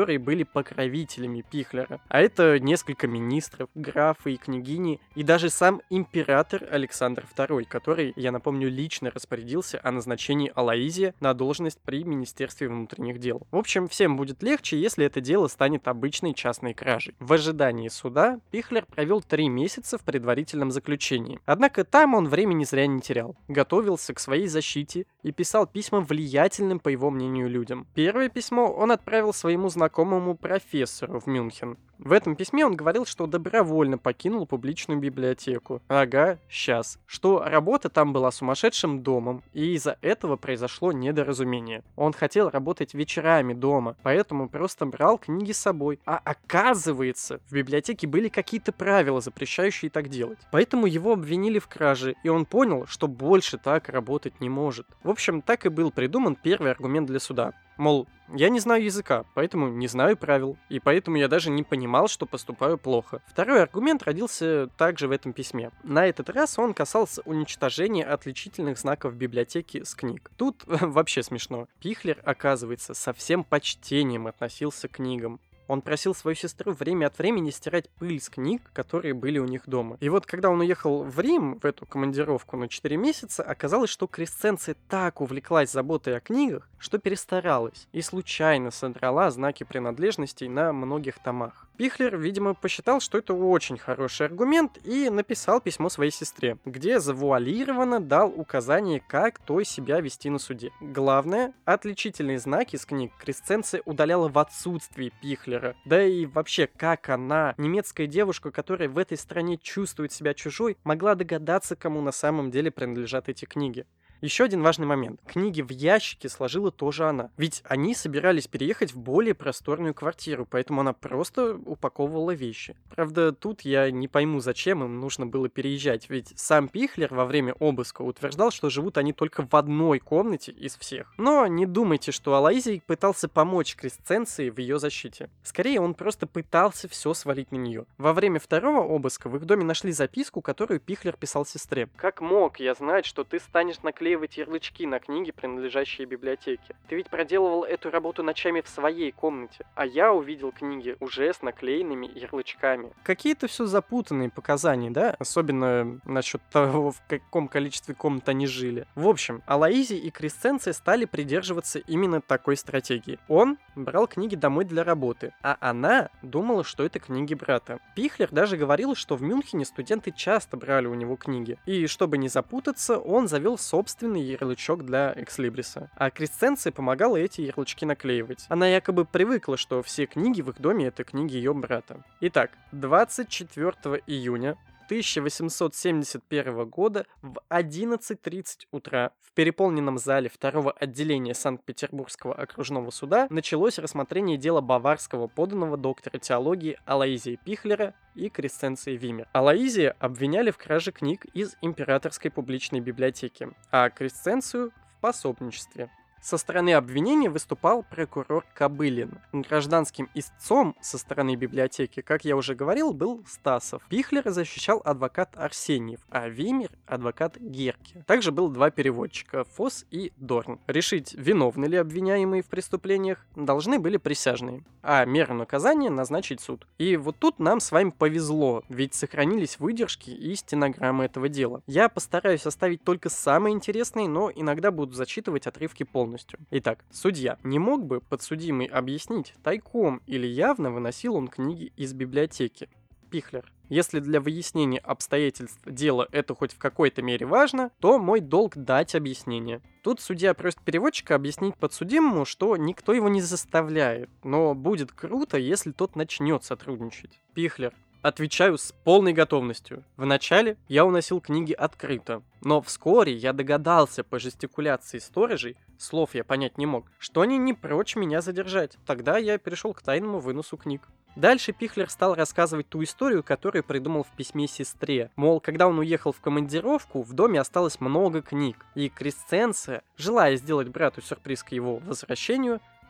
которые были покровителями Пихлера. А это несколько министров, графы и княгини, и даже сам император Александр второй, который, я напомню, лично распорядился о назначении Алоизия на должность при Министерстве внутренних дел. В общем, всем будет легче, если это дело станет обычной частной кражей. В ожидании суда Пихлер провел три месяца в предварительном заключении. Однако там он времени зря не терял. Готовился к своей защите и писал письма влиятельным, по его мнению, людям. Первое письмо он отправил своему знакомому профессору в Мюнхен. В этом письме он говорил, что добровольно покинул публичную библиотеку. Ага, сейчас. Что работа там была сумасшедшим домом, и из-за этого произошло недоразумение. Он хотел работать вечерами дома, поэтому просто брал книги с собой. А оказывается, в библиотеке были какие-то правила, запрещающие так делать. Поэтому его обвинили в краже, и он понял, что больше так работать не может. В общем, так и был придуман первый аргумент для суда. Мол, я не знаю языка, поэтому не знаю правил, и поэтому я даже не понимал, что поступаю плохо. Второй аргумент родился также в этом письме. На этот раз он касался уничтожения отличительных знаков библиотеки с книг. Тут вообще смешно. Пихлер, оказывается, со всем почтением относился к книгам. Он просил свою сестру время от времени стирать пыль с книг, которые были у них дома. И вот когда он уехал в Рим, в эту командировку на четыре месяца, оказалось, что Кресценция так увлеклась заботой о книгах, что перестаралась и случайно содрала знаки принадлежностей на многих томах. Пихлер, видимо, посчитал, что это очень хороший аргумент, и написал письмо своей сестре, где завуалированно дал указание, как той себя вести на суде. Главное, отличительные знаки с книг Кресценция удаляла в отсутствии Пихлера. Да и вообще, как она, немецкая девушка, которая в этой стране чувствует себя чужой, могла догадаться, кому на самом деле принадлежат эти книги. Еще один важный момент. Книги в ящике сложила тоже она. Ведь они собирались переехать в более просторную квартиру, поэтому она просто упаковывала вещи. Правда, тут я не пойму, зачем им нужно было переезжать, ведь сам Пихлер во время обыска утверждал, что живут они только в одной комнате из всех. Но не думайте, что Алоизий пытался помочь Кресценции в ее защите. Скорее, он просто пытался все свалить на нее. Во время второго обыска в их доме нашли записку, которую Пихлер писал сестре. «Как мог я знать, что ты станешь наклеивать ярлычки на книги, принадлежащие библиотеке? Ты ведь проделывал эту работу ночами в своей комнате, а я увидел книги уже с наклеенными ярлычками». Какие-то все запутанные показания, да? Особенно насчет того, в каком количестве комнат они жили. В общем, Алоизий и Кресценция стали придерживаться именно такой стратегии. Он брал книги домой для работы, а она думала, что это книги брата. Пихлер даже говорил, что в Мюнхене студенты часто брали у него книги, и чтобы не запутаться, он завел собственный ярлычок для Экслибриса. А Кресценция помогала эти ярлычки наклеивать. Она якобы привыкла, что все книги в их доме — это книги ее брата. Итак, двадцать четвёртого июня тысяча восемьсот семьдесят первого года в одиннадцать тридцать утра в переполненном зале второго отделения Санкт-Петербургского окружного суда началось рассмотрение дела баварского подданного доктора теологии Алоизия Пихлера и Кресценции Вимер. Алоизия обвиняли в краже книг из Императорской публичной библиотеки, а Кресценцию в пособничестве. Со стороны обвинения выступал прокурор Кобылин. Гражданским истцом со стороны библиотеки, как я уже говорил, был Стасов. Пихлера защищал адвокат Арсеньев, а Вимер — адвокат Герке. Также было два переводчика — Фос и Дорн. Решить, виновны ли обвиняемые в преступлениях, должны были присяжные, а меру наказания назначить суд. И вот тут нам с вами повезло, ведь сохранились выдержки и стенограммы этого дела. Я постараюсь оставить только самые интересные, но иногда буду зачитывать отрывки полностью. Итак, судья. Не мог бы подсудимый объяснить, тайком или явно выносил он книги из библиотеки? Пихлер. Если для выяснения обстоятельств дела это хоть в какой-то мере важно, то мой долг дать объяснение. Тут судья просит переводчика объяснить подсудимому, что никто его не заставляет, но будет круто, если тот начнет сотрудничать. Пихлер. Отвечаю с полной готовностью. Вначале я уносил книги открыто, но вскоре я догадался по жестикуляции сторожей, слов я понять не мог, что они не прочь меня задержать. Тогда я перешел к тайному выносу книг. Дальше Пихлер стал рассказывать ту историю, которую придумал в письме сестре. Мол, когда он уехал в командировку, в доме осталось много книг, и Кресценция, желая сделать брату сюрприз к его возвращению,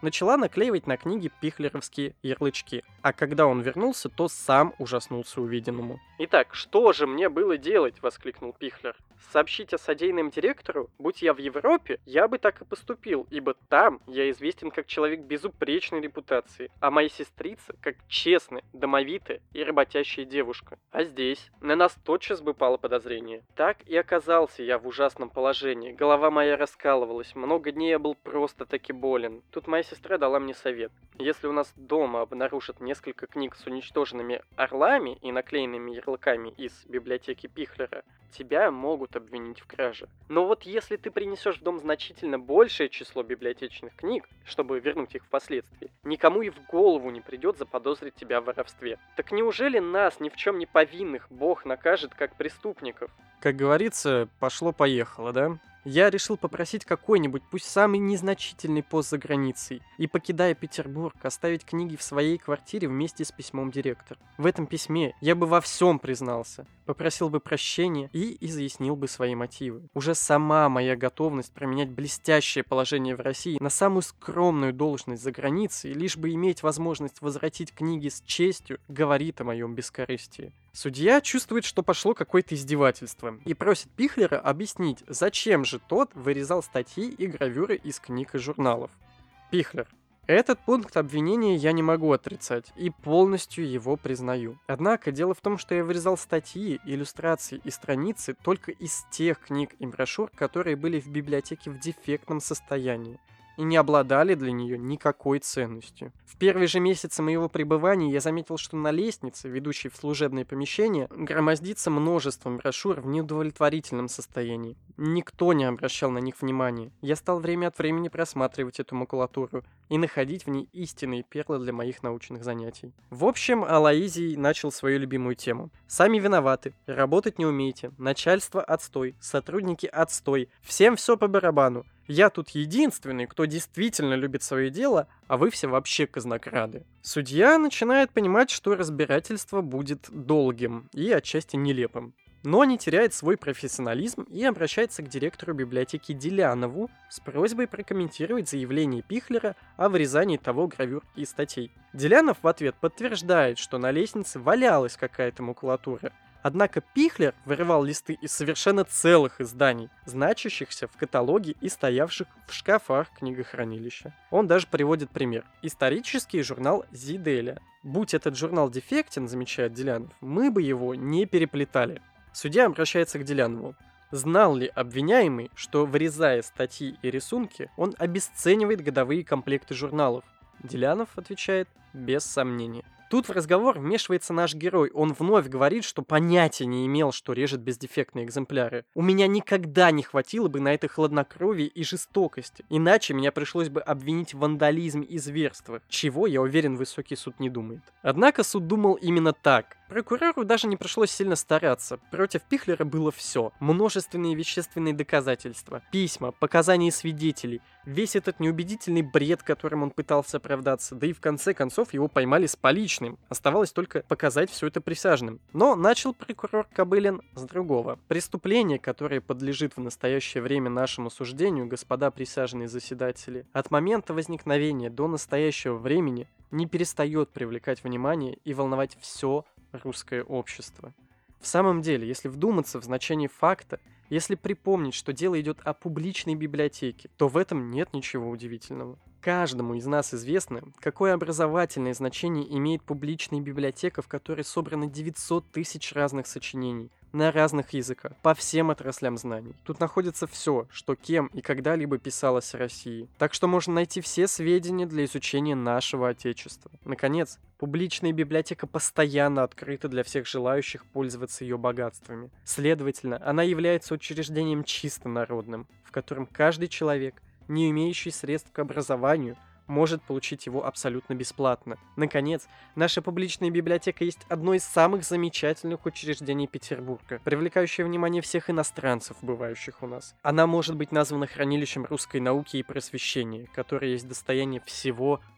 начала наклеивать на книги пихлеровские ярлычки. А когда он вернулся, то сам ужаснулся увиденному. «Итак, что же мне было делать?» — воскликнул Пихлер. «Сообщить о содеянном директору? Будь я в Европе, я бы так и поступил, ибо там я известен как человек безупречной репутации, а моя сестрица как честная, домовитая и работящая девушка. А здесь на нас тотчас бы пало подозрение. Так и оказался я в ужасном положении, голова моя раскалывалась, много дней я был просто-таки болен. Тут моя сестра дала мне совет. Если у нас дома обнаружат несколько книг с уничтоженными орлами и наклеенными ярлыками из библиотеки Пихлера, тебя могут обвинить в краже. Но вот если ты принесешь в дом значительно большее число библиотечных книг, чтобы вернуть их впоследствии, никому и в голову не придет заподозрить тебя в воровстве. Так неужели нас, ни в чем не повинных, Бог накажет как преступников?» Как говорится, пошло-поехало, да? Я решил попросить какой-нибудь, пусть самый незначительный пост за границей, и, покидая Петербург, оставить книги в своей квартире вместе с письмом директора. В этом письме я бы во всем признался, попросил бы прощения и изъяснил бы свои мотивы. Уже сама моя готовность променять блестящее положение в России на самую скромную должность за границей, лишь бы иметь возможность возвратить книги с честью, говорит о моем бескорыстии. Судья чувствует, что пошло какое-то издевательство, и просит Пихлера объяснить, зачем же тот вырезал статьи и гравюры из книг и журналов. Пихлер: этот пункт обвинения я не могу отрицать и полностью его признаю. Однако дело в том, что я вырезал статьи, иллюстрации и страницы только из тех книг и брошюр, которые были в библиотеке в дефектном состоянии и не обладали для нее никакой ценностью. В первые же месяцы моего пребывания я заметил, что на лестнице, ведущей в служебное помещение, громоздится множество брошюр в неудовлетворительном состоянии. Никто не обращал на них внимания. Я стал время от времени просматривать эту макулатуру и находить в ней истинные перлы для моих научных занятий. В общем, Алоизий начал свою любимую тему. Сами виноваты, работать не умеете, начальство отстой, сотрудники отстой, всем все по барабану. Я тут единственный, кто действительно любит свое дело, а вы все вообще казнокрады. Судья начинает понимать, что разбирательство будет долгим и отчасти нелепым, но не теряет свой профессионализм и обращается к директору библиотеки Делянову с просьбой прокомментировать заявление Пихлера о вырезании того гравюр и статей. Делянов в ответ подтверждает, что на лестнице валялась какая-то макулатура. Однако Пихлер вырывал листы из совершенно целых изданий, значащихся в каталоге и стоявших в шкафах книгохранилища. Он даже приводит пример. Исторический журнал Зиделя. Будь этот журнал дефектен, замечает Делянов, мы бы его не переплетали. Судья обращается к Делянову. Знал ли обвиняемый, что, вырезая статьи и рисунки, он обесценивает годовые комплекты журналов? Делянов отвечает: без сомнения. Тут в разговор вмешивается наш герой. Он вновь говорит, что понятия не имел, что режет бездефектные экземпляры. У меня никогда не хватило бы на это хладнокровие и жестокости. Иначе меня пришлось бы обвинить в вандализме и зверстве, чего, я уверен, высокий суд не думает. Однако суд думал именно так. Прокурору даже не пришлось сильно стараться. Против Пихлера было все. Множественные вещественные доказательства, письма, показания свидетелей, весь этот неубедительный бред, которым он пытался оправдаться, да и в конце концов его поймали с поличным. Оставалось только показать все это присяжным. Но начал прокурор Кобылин с другого. Преступление, которое подлежит в настоящее время нашему суждению, господа присяжные заседатели, от момента возникновения до настоящего времени не перестает привлекать внимание и волновать все русское общество. В самом деле, если вдуматься в значение факта, если припомнить, что дело идет о публичной библиотеке, то в этом нет ничего удивительного. Каждому из нас известно, какое образовательное значение имеет публичная библиотека, в которой собрано девятьсот тысяч разных сочинений на разных языках, по всем отраслям знаний. Тут находится все, что кем и когда-либо писалось о России. Так что можно найти все сведения для изучения нашего Отечества. Наконец, публичная библиотека постоянно открыта для всех желающих пользоваться ее богатствами. Следовательно, она является учреждением чисто народным, в котором каждый человек, не имеющий средств к образованию, может получить его абсолютно бесплатно. Наконец, наша публичная библиотека есть одно из самых замечательных учреждений Петербурга, привлекающее внимание всех иностранцев, бывающих у нас. Она может быть названа хранилищем русской науки и просвещения, которое есть достояние всего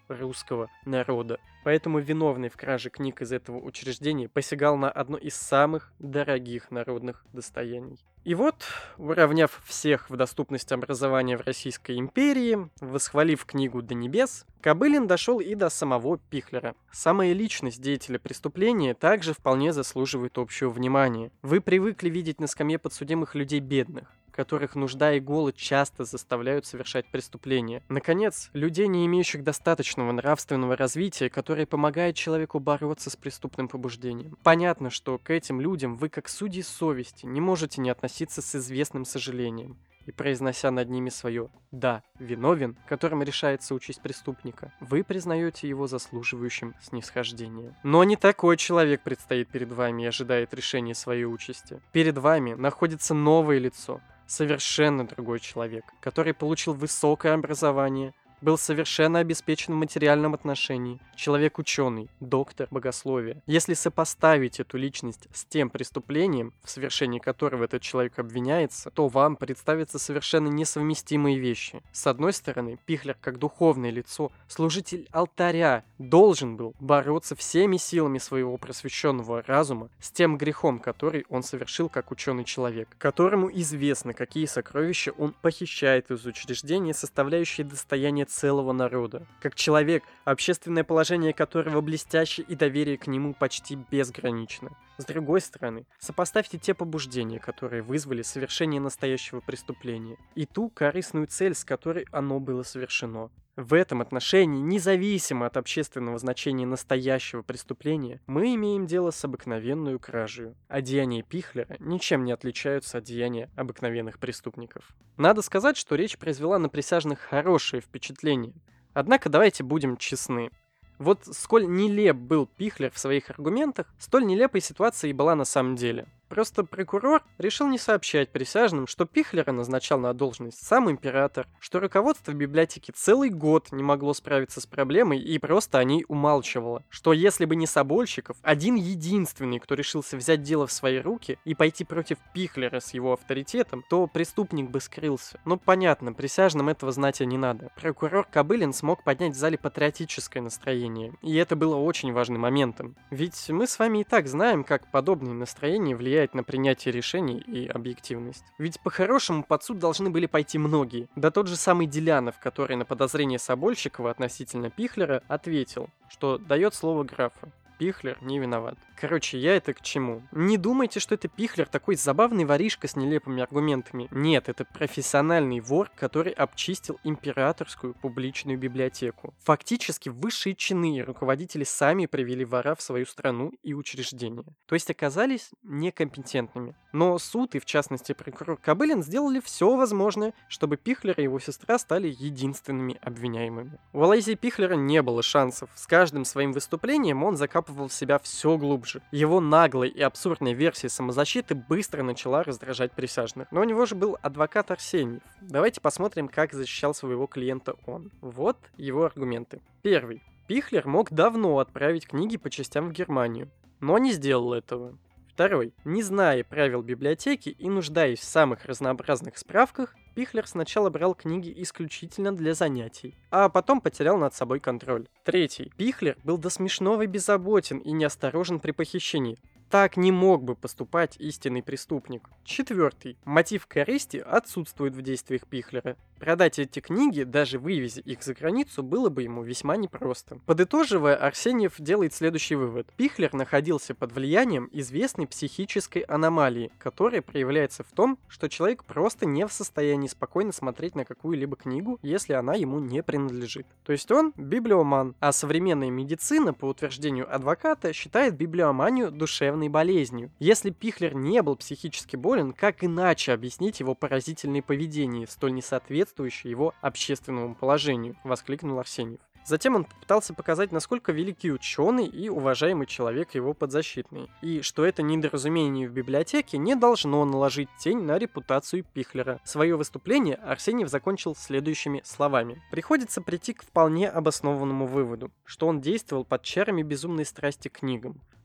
русского народа. Поэтому виновный в краже книг из этого учреждения посягал на одно из самых дорогих народных достояний. И вот, уравняв всех в доступности образования в Российской империи, восхвалив книгу до небес, Кобылин дошел и до самого Пихлера. Самая личность деятеля преступления также вполне заслуживает общего внимания. Вы привыкли видеть на скамье подсудимых людей бедных, которых нужда и голод часто заставляют совершать преступления. Наконец, людей, не имеющих достаточного нравственного развития, которое помогает человеку бороться с преступным побуждением. Понятно, что к этим людям вы, как судьи совести, не можете не относиться с известным сожалением. И произнося над ними свое «да, виновен», которым решается участь преступника, вы признаете его заслуживающим снисхождения. Но не такой человек предстоит перед вами и ожидает решения своей участи. Перед вами находится новое лицо, совершенно другой человек, который получил высокое образование, был совершенно обеспечен в материальном отношении, человек-ученый, доктор богословия. Если сопоставить эту личность с тем преступлением, в совершении которого этот человек обвиняется, то вам представятся совершенно несовместимые вещи. С одной стороны, Пихлер, как духовное лицо, служитель алтаря, должен был бороться всеми силами своего просвещенного разума с тем грехом, который он совершил как ученый человек, которому известно, какие сокровища он похищает из учреждения, составляющие достояние целого народа. Как человек, общественное положение которого блестяще и доверие к нему почти безгранично. С другой стороны, сопоставьте те побуждения, которые вызвали совершение настоящего преступления, и ту корыстную цель, с которой оно было совершено. В этом отношении, независимо от общественного значения настоящего преступления, мы имеем дело с обыкновенную кражей, а деяния Пихлера ничем не отличаются от деяния обыкновенных преступников. Надо сказать, что речь произвела на присяжных хорошее впечатление. Однако давайте будем честны. Вот сколь нелеп был Пихлер в своих аргументах, столь нелепой ситуация и была на самом деле. Просто прокурор решил не сообщать присяжным, что Пихлера назначал на должность сам император, что руководство библиотеки целый год не могло справиться с проблемой и просто о ней умалчивало, что если бы не Собольщиков, один единственный, кто решился взять дело в свои руки и пойти против Пихлера с его авторитетом, то преступник бы скрылся. Но понятно, присяжным этого знать и не надо. Прокурор Кобылин смог поднять в зале патриотическое настроение, и это было очень важным моментом. Ведь мы с вами и так знаем, как подобные настроения влияют на принятие решений и объективность. Ведь по-хорошему под суд должны были пойти многие. Да тот же самый Делянов, который на подозрение Собольщикова относительно Пихлера ответил, что дает слово графа. Пихлер не виноват. Короче, я это к чему? Не думайте, что это Пихлер такой забавный воришка с нелепыми аргументами. Нет, это профессиональный вор, который обчистил императорскую публичную библиотеку. Фактически высшие чины и руководители сами привели вора в свою страну и учреждение. То есть оказались некомпетентными. Но суд и, в частности, прокурор Кобылин сделали все возможное, чтобы Пихлер и его сестра стали единственными обвиняемыми. У Алоизия Пихлера не было шансов. С каждым своим выступлением он закапывал в себя все глубже. Его наглая и абсурдная версия самозащиты быстро начала раздражать присяжных. Но у него же был адвокат Арсеньев. Давайте посмотрим, как защищал своего клиента он. Вот его аргументы. Первый. Пихлер мог давно отправить книги по частям в Германию, но не сделал этого. Второй. Не зная правил библиотеки и нуждаясь в самых разнообразных справках, Пихлер сначала брал книги исключительно для занятий, а потом потерял над собой контроль. Третий. Пихлер был до смешного беззаботен и неосторожен при похищении. Так не мог бы поступать истинный преступник. Четвертый. Мотив корысти отсутствует в действиях Пихлера. Продать эти книги, даже вывезя их за границу, было бы ему весьма непросто. Подытоживая, Арсеньев делает следующий вывод. Пихлер находился под влиянием известной психической аномалии, которая проявляется в том, что человек просто не в состоянии спокойно смотреть на какую-либо книгу, если она ему не принадлежит. То есть он библиоман, а современная медицина, по утверждению адвоката, считает библиоманию душевной болезнью. Если Пихлер не был психически болен, как иначе объяснить его поразительное поведение, столь несоответствующее его общественному положению, воскликнул Арсеньев. Затем он попытался показать, насколько великий ученый и уважаемый человек его подзащитный, и что это недоразумение в библиотеке не должно наложить тень на репутацию Пихлера. Свое выступление Арсеньев закончил следующими словами. Приходится прийти к вполне обоснованному выводу, что он действовал под чарами безумной страсти к книгам.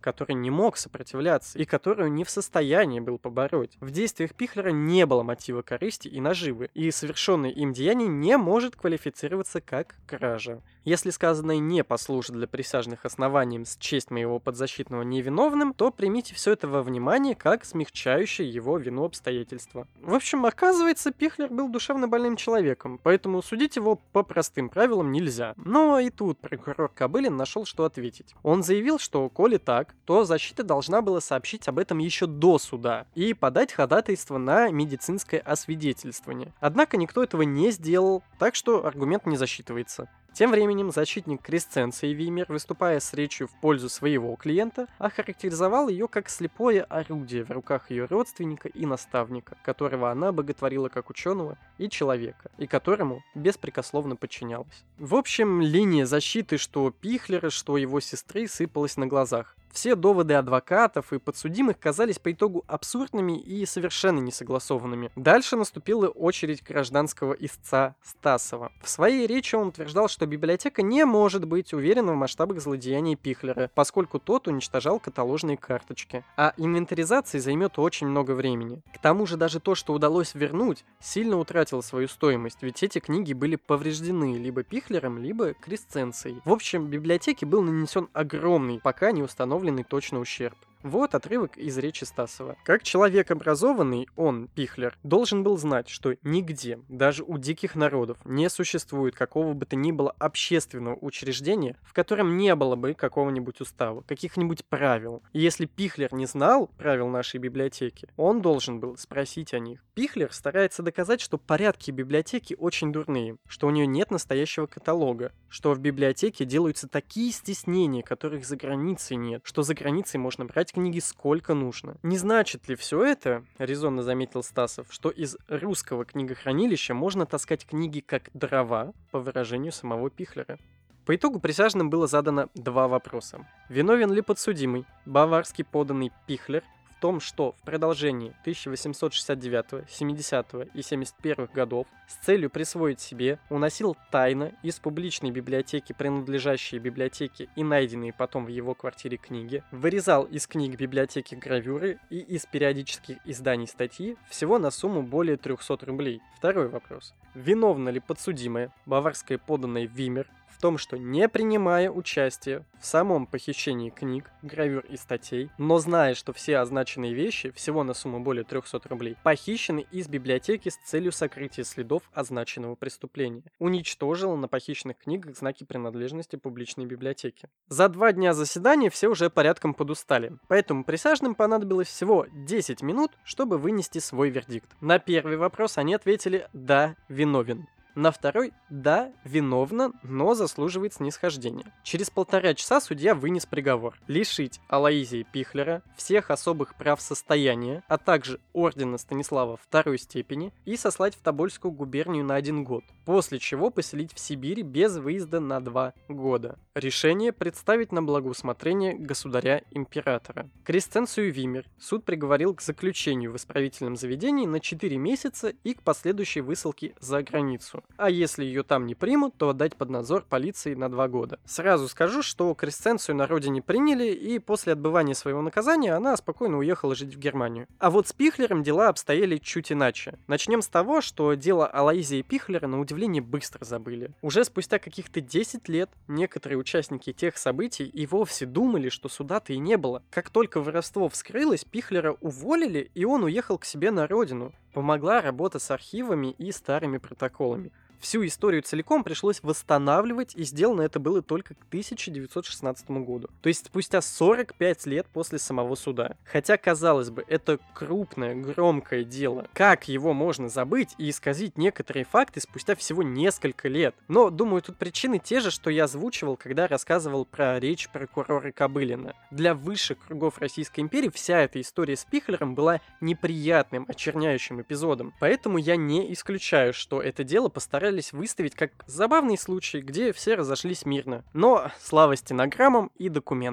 который не мог сопротивляться и которую не в состоянии был побороть. В действиях Пихлера не было мотива корысти и наживы, и совершенное им деяние не может квалифицироваться как кража. Если сказанное не послужит для присяжных основанием счесть моего подзащитного невиновным, то примите все это во внимание как смягчающее его вину обстоятельства. В общем, оказывается, Пихлер был душевно больным человеком, поэтому судить его по простым правилам нельзя. Но и тут прокурор Кобылин нашел, что ответить. Он заявил, что коли так, то защита должна была сообщить об этом еще до суда и подать ходатайство на медицинское освидетельствование. Однако никто этого не сделал, так что аргумент не засчитывается. Тем временем защитник Кресценции Вимер, выступая с речью в пользу своего клиента, охарактеризовал ее как слепое орудие в руках ее родственника и наставника, которого она боготворила как ученого и человека, и которому беспрекословно подчинялась. В общем, линия защиты что Пихлера, что его сестры сыпалась на глазах. Все доводы адвокатов и подсудимых казались по итогу абсурдными и совершенно несогласованными. Дальше наступила очередь гражданского истца Стасова. В своей речи он утверждал, что библиотека не может быть уверена в масштабах злодеяний Пихлера, поскольку тот уничтожал каталожные карточки. А инвентаризация займет очень много времени. К тому же даже то, что удалось вернуть, сильно утратило свою стоимость, ведь эти книги были повреждены либо Пихлером, либо Кресценцией. В общем, библиотеке был нанесен огромный, пока не установленный точно ущерб. Вот отрывок из речи Стасова. Как человек образованный, он, Пихлер, должен был знать, что нигде, даже у диких народов, не существует какого бы то ни было общественного учреждения, в котором не было бы какого-нибудь устава, каких-нибудь правил. И если Пихлер не знал правил нашей библиотеки, он должен был спросить о них. Пихлер старается доказать, что порядки библиотеки очень дурные, что у нее нет настоящего каталога, что в библиотеке делаются такие стеснения, которых за границей нет, что за границей можно брать книги сколько нужно. Не значит ли все это, резонно заметил Стасов, что из русского книгохранилища можно таскать книги как дрова, по выражению самого Пихлера? По итогу присяжным было задано два вопроса. Виновен ли подсудимый, баварский подданный Пихлер, в том, что в продолжении тысяча восемьсот шестьдесят девятого, семидесятого и семьдесят первого годов с целью присвоить себе уносил тайно из публичной библиотеки принадлежащие библиотеке и найденные потом в его квартире книги, вырезал из книг библиотеки гравюры и из периодических изданий статьи всего на сумму более трехсот рублей. Второй вопрос. Виновна ли подсудимая, баварская подданная Вимер, в том, что не принимая участия в самом похищении книг, гравюр и статей, но зная, что все означенные вещи, всего на сумму более трехсот рублей, похищены из библиотеки с целью сокрытия следов означенного преступления, уничтожила на похищенных книгах знаки принадлежности публичной библиотеки. За два дня заседания все уже порядком подустали, поэтому присяжным понадобилось всего десять минут, чтобы вынести свой вердикт. На первый вопрос они ответили «да, виновен». На второй – да, виновна, но заслуживает снисхождения. Через полтора часа судья вынес приговор. Лишить Алоизия Пихлера всех особых прав состояния, а также ордена Станислава второй степени и сослать в Тобольскую губернию на один год, после чего поселить в Сибири без выезда на два года. Решение представить на благоусмотрение государя-императора. Кресценцию Вимер суд приговорил к заключению в исправительном заведении на четыре месяца и к последующей высылке за границу. А если ее там не примут, то отдать под надзор полиции на два года. Сразу скажу, что Кресценцию на родине приняли, и после отбывания своего наказания она спокойно уехала жить в Германию. А вот с Пихлером дела обстояли чуть иначе. Начнем с того, что дело Алоизия Пихлера на удивление быстро забыли. Уже спустя каких-то десять лет некоторые участники тех событий и вовсе думали, что суда-то и не было. Как только воровство вскрылось, Пихлера уволили, и он уехал к себе на родину. Помогла работа с архивами и старыми протоколами. Всю историю целиком пришлось восстанавливать, и сделано это было только к тысяча девятьсот шестнадцатому году. То есть спустя сорок пять лет после самого суда. Хотя, казалось бы, это крупное, громкое дело. Как его можно забыть и исказить некоторые факты спустя всего несколько лет? Но, думаю, тут причины те же, что я озвучивал, когда рассказывал про речь прокурора Кобылина. Для высших кругов Российской империи вся эта история с Пихлером была неприятным, очерняющим эпизодом. Поэтому я не исключаю, что это дело постарались выставить как забавный случай, где все разошлись мирно. Но слава стенограммам и документам.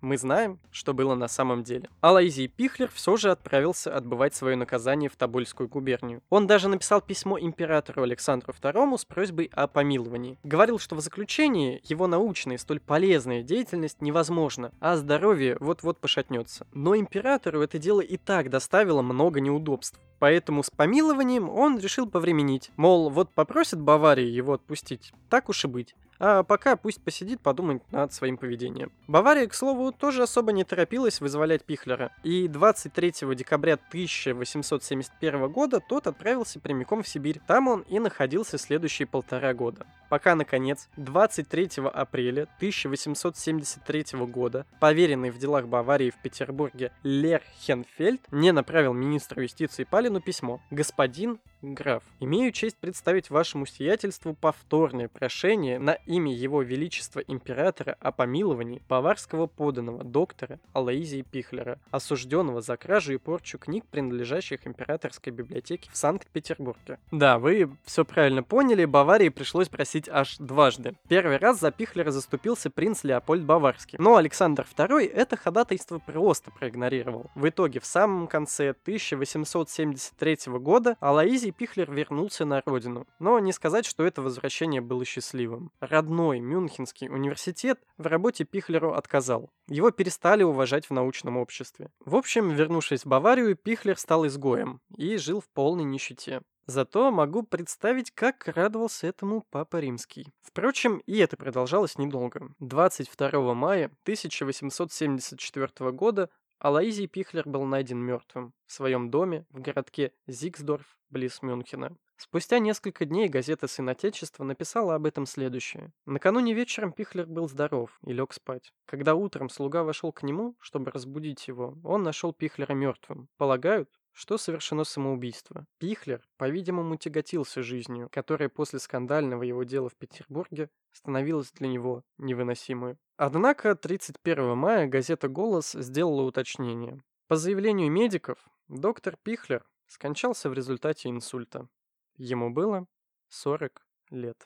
мы знаем, что было на самом деле. Алоизий Пихлер все же отправился отбывать свое наказание в Тобольскую губернию. Он даже написал письмо императору Александру второму с просьбой о помиловании. Говорил, что в заключении его научная и столь полезная деятельность невозможна, а здоровье вот-вот пошатнется. Но императору это дело и так доставило много неудобств. Поэтому с помилованием он решил повременить. Мол, вот попросит Бавария его отпустить, так уж и быть. А пока пусть посидит, подумает над своим поведением. Бавария, к слову, тоже особо не торопилась вызволять Пихлера. И двадцать третьего декабря тысяча восемьсот семьдесят первого года тот отправился прямиком в Сибирь. Там он и находился следующие полтора года. Пока, наконец, двадцать третьего апреля тысяча восемьсот семьдесят третьего года поверенный в делах Баварии в Петербурге Лер Хенфельд не направил министру юстиции Палину письмо. «Господин граф, имею честь представить вашему сиятельству повторное прошение на имя его величества императора о помиловании баварского подданного доктора Алоизия Пихлера, осужденного за кражу и порчу книг, принадлежащих императорской библиотеке в Санкт-Петербурге». Да, вы все правильно поняли, Баварии пришлось просить аж дважды. Первый раз за Пихлера заступился принц Леопольд Баварский, но Александр второй это ходатайство просто проигнорировал. В итоге в самом конце тысяча восемьсот семьдесят третьего года Алоизий Пихлер вернулся на родину, но не сказать, что это возвращение было счастливым. Родной Мюнхенский университет в работе Пихлеру отказал. Его перестали уважать в научном обществе. В общем, вернувшись в Баварию, Пихлер стал изгоем и жил в полной нищете. Зато могу представить, как радовался этому Папа Римский. Впрочем, и это продолжалось недолго. двадцать второго мая тысяча восемьсот семьдесят четвертого года Алоизий Пихлер был найден мертвым в своем доме в городке Зигсдорф близ Мюнхена. Спустя несколько дней газета «Сын Отечества» написала об этом следующее. Накануне вечером Пихлер был здоров и лег спать. Когда утром слуга вошел к нему, чтобы разбудить его, он нашел Пихлера мертвым. Полагают, что совершено самоубийство. Пихлер, по-видимому, тяготился жизнью, которая после скандального его дела в Петербурге становилась для него невыносимой. Однако тридцать первого мая газета «Голос» сделала уточнение. По заявлению медиков, доктор Пихлер скончался в результате инсульта. Ему было сорок лет.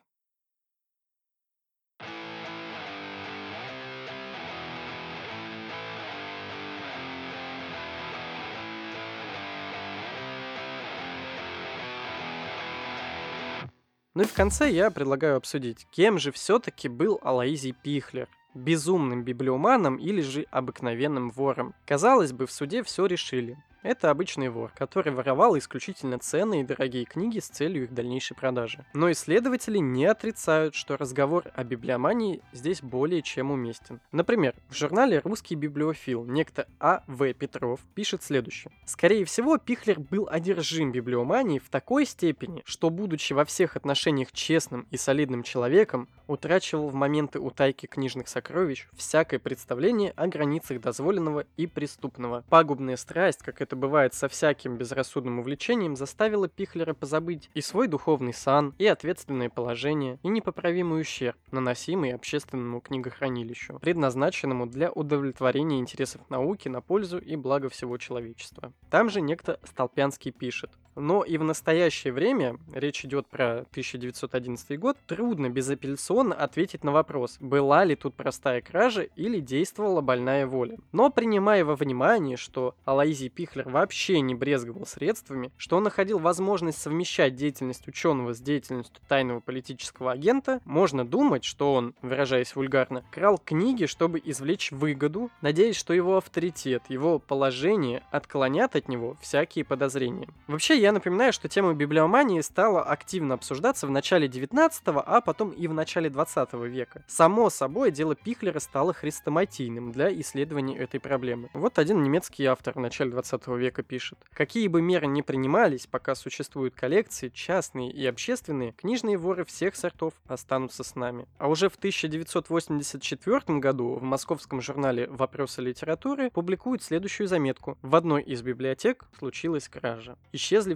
Ну и в конце я предлагаю обсудить, кем же все-таки был Алоизий Пихлер. Безумным библиоманом или же обыкновенным вором. Казалось бы, в суде все решили. Это обычный вор, который воровал исключительно ценные и дорогие книги с целью их дальнейшей продажи. Но исследователи не отрицают, что разговор о библиомании здесь более чем уместен. Например, в журнале «Русский библиофил» некто А В Петров пишет следующее. Скорее всего, Пихлер был одержим библиоманией в такой степени, что, будучи во всех отношениях честным и солидным человеком, утрачивал в моменты утайки книжных сокровищ всякое представление о границах дозволенного и преступного. Пагубная страсть, как это бывает со всяким безрассудным увлечением, заставила Пихлера позабыть и свой духовный сан, и ответственное положение, и непоправимый ущерб, наносимый общественному книгохранилищу, предназначенному для удовлетворения интересов науки на пользу и благо всего человечества. Там же некто Столпянский пишет. Но и в настоящее время, речь идет про тысяча девятьсот одиннадцатый год, трудно безапелляционно ответить на вопрос, была ли тут простая кража или действовала больная воля. Но принимая во внимание, что Алоизий Пихлер вообще не брезговал средствами, что он находил возможность совмещать деятельность ученого с деятельностью тайного политического агента, можно думать, что он, выражаясь вульгарно, крал книги, чтобы извлечь выгоду, надеясь, что его авторитет, его положение отклонят от него всякие подозрения. Вообще, я напоминаю, что тема библиомании стала активно обсуждаться в начале девятнадцатого, а потом и в начале двадцатого века. Само собой, дело Пихлера стало хрестоматийным для исследования этой проблемы. Вот один немецкий автор в начале двадцатого века пишет. Какие бы меры ни принимались, пока существуют коллекции, частные и общественные, книжные воры всех сортов останутся с нами. А уже в тысяча девятьсот восемьдесят четвёртом году в московском журнале «Вопросы литературы» публикуют следующую заметку. В одной из библиотек случилась кража. Исчезли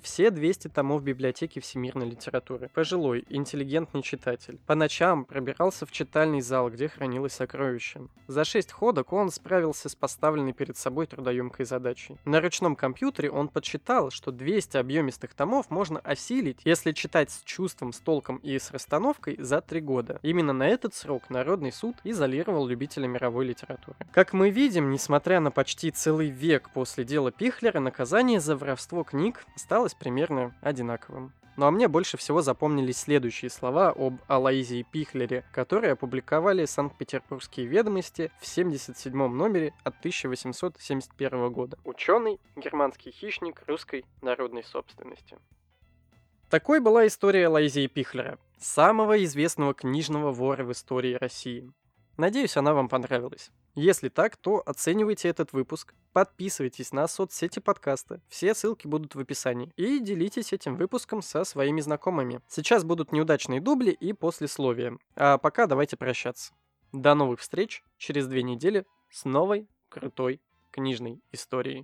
все двести томов библиотеки всемирной литературы. Пожилой, интеллигентный читатель. По ночам пробирался в читальный зал, где хранилось сокровище. За шесть ходок он справился с поставленной перед собой трудоемкой задачей. На ручном компьютере он подсчитал, что двести объемистых томов можно осилить, если читать с чувством, с толком и с расстановкой за три года. Именно на этот срок Народный суд изолировал любителя мировой литературы. Как мы видим, несмотря на почти целый век после дела Пихлера, наказание за воровство книг осталось примерно одинаковым. Ну а мне больше всего запомнились следующие слова об Алоизии Пихлере, которые опубликовали Санкт-Петербургские ведомости в семьдесят седьмом номере от тысяча восемьсот семьдесят первого года. Ученый, германский хищник русской народной собственности. Такой была история Алоизии Пихлера, самого известного книжного вора в истории России. Надеюсь, она вам понравилась. Если так, то оценивайте этот выпуск, подписывайтесь на соцсети подкаста, все ссылки будут в описании, и делитесь этим выпуском со своими знакомыми. Сейчас будут неудачные дубли и послесловия, а пока давайте прощаться. До новых встреч через две недели с новой крутой книжной историей.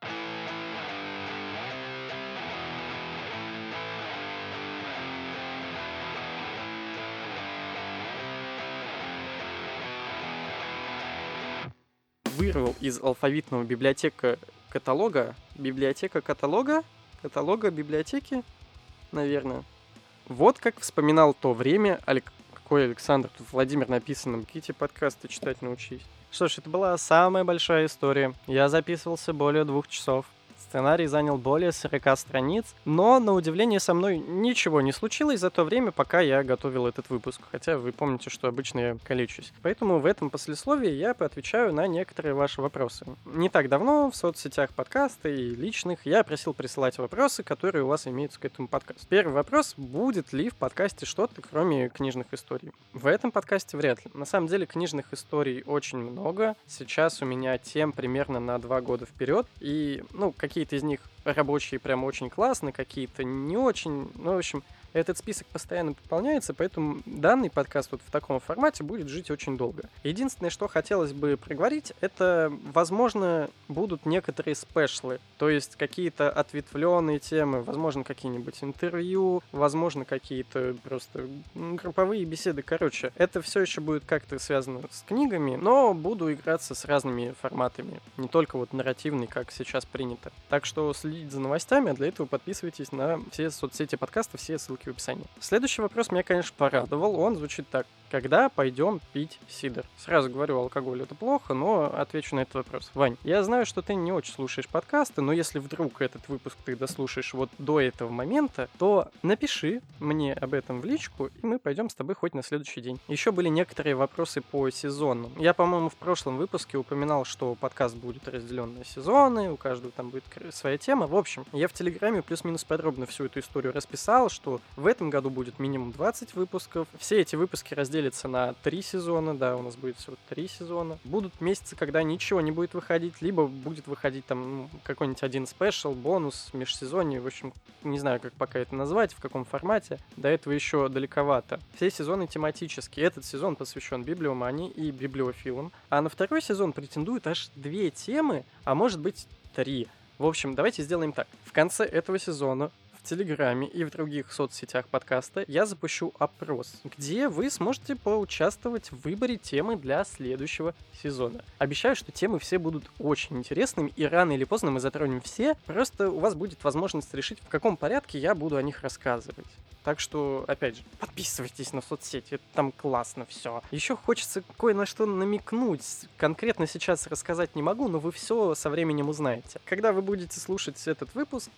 Вырвал из алфавитного библиотека каталога, библиотека каталога, каталога библиотеки, наверное. Вот как вспоминал то время, Алек... какой Александр, тут Владимир написано, какие подкасты читать научись. Что ж, это была самая большая история. Я записывался более двух часов. Сценарий занял более сорока страниц, но, на удивление, со мной ничего не случилось за то время, пока я готовил этот выпуск. Хотя вы помните, что обычно я калечусь. Поэтому в этом послесловии я поотвечаю на некоторые ваши вопросы. Не так давно в соцсетях подкаста и личных я просил присылать вопросы, которые у вас имеются к этому подкасту. Первый вопрос: будет ли в подкасте что-то, кроме книжных историй? В этом подкасте вряд ли. На самом деле книжных историй очень много. Сейчас у меня тем примерно на два года вперед. И, ну, какие Какие-то из них рабочие прям очень классные, какие-то не очень. Ну, в общем, этот список постоянно пополняется, поэтому данный подкаст вот в таком формате будет жить очень долго. Единственное, что хотелось бы проговорить, это, возможно, будут некоторые спешлы, то есть какие-то ответвленные темы, возможно, какие-нибудь интервью, возможно, какие-то просто групповые беседы. Короче, это все еще будет как-то связано с книгами, но буду играться с разными форматами, не только вот нарративный, как сейчас принято. Так что следите за новостями, а для этого подписывайтесь на все соцсети подкаста, все ссылки в описании. Следующий вопрос меня, конечно, порадовал. Он звучит так: когда пойдем пить сидр? Сразу говорю, алкоголь это плохо, но отвечу на этот вопрос. Вань, я знаю, что ты не очень слушаешь подкасты, но если вдруг этот выпуск ты дослушаешь вот до этого момента, то напиши мне об этом в личку, и мы пойдем с тобой хоть на следующий день. Еще были некоторые вопросы по сезонам. Я, по-моему, в прошлом выпуске упоминал, что подкаст будет разделен на сезоны, у каждого там будет своя тема. В общем, я в Телеграме плюс-минус подробно всю эту историю расписал, что в этом году будет минимум двадцать выпусков. Все эти выпуски разделены делится на три сезона, да, у нас будет всего три сезона. Будут месяцы, когда ничего не будет выходить, либо будет выходить там ну, какой-нибудь один спешл, бонус, межсезонье, в общем, не знаю, как пока это назвать, в каком формате, до этого еще далековато. Все сезоны тематические, этот сезон посвящен библиомании и библиофилам, а на второй сезон претендуют аж две темы, а может быть три. В общем, давайте сделаем так. В конце этого сезона в Телеграме и в других соцсетях подкаста я запущу опрос, где вы сможете поучаствовать в выборе темы для следующего сезона. Обещаю, что темы все будут очень интересными, и рано или поздно мы затронем все, просто у вас будет возможность решить, в каком порядке я буду о них рассказывать. Так что, опять же, подписывайтесь на соцсети, там классно все. Еще хочется кое на что намекнуть. Конкретно сейчас рассказать не могу, но вы все со временем узнаете. Когда вы будете слушать этот выпуск,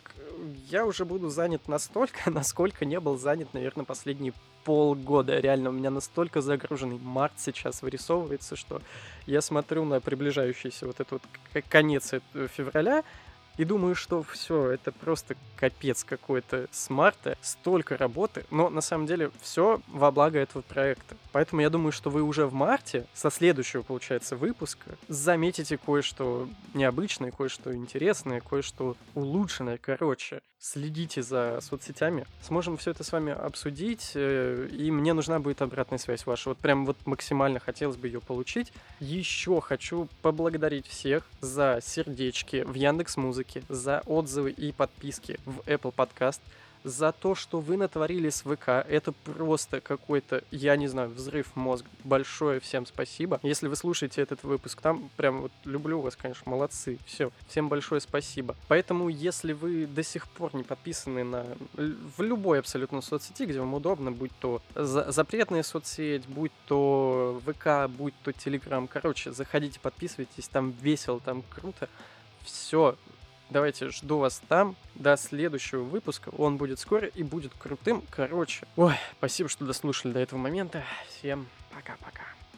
я уже буду занят настолько, насколько не был занят, наверное, последние полгода. Реально, у меня настолько загруженный март сейчас вырисовывается, что я смотрю на приближающийся вот этот вот конец февраля, и думаю, что все, это просто капец какой-то с марта, столько работы, но на самом деле все во благо этого проекта. Поэтому я думаю, что вы уже в марте, со следующего, получается, выпуска, заметите кое-что необычное, кое-что интересное, кое-что улучшенное. Короче, следите за соцсетями, сможем все это с вами обсудить, и мне нужна будет обратная связь ваша. Вот прям вот максимально хотелось бы ее получить. Еще хочу поблагодарить всех за сердечки в Яндекс.Музыке, Яндекс.Музыки, за отзывы и подписки в Apple Podcast, за то, что вы натворили с ВК. Это просто какой-то, я не знаю, взрыв мозга. Большое всем спасибо. Если вы слушаете этот выпуск, там прям вот люблю вас, конечно, молодцы. Все, всем большое спасибо. Поэтому, если вы до сих пор не подписаны на в любой абсолютно соцсети, где вам удобно, будь то за- запретная соцсеть, будь то ВК, будь то Телеграм, короче, заходите, подписывайтесь, там весело, там круто. Все, давайте, жду вас там. До следующего выпуска. Он будет скоро и будет крутым. Короче, ой, спасибо, что дослушали до этого момента. Всем пока-пока.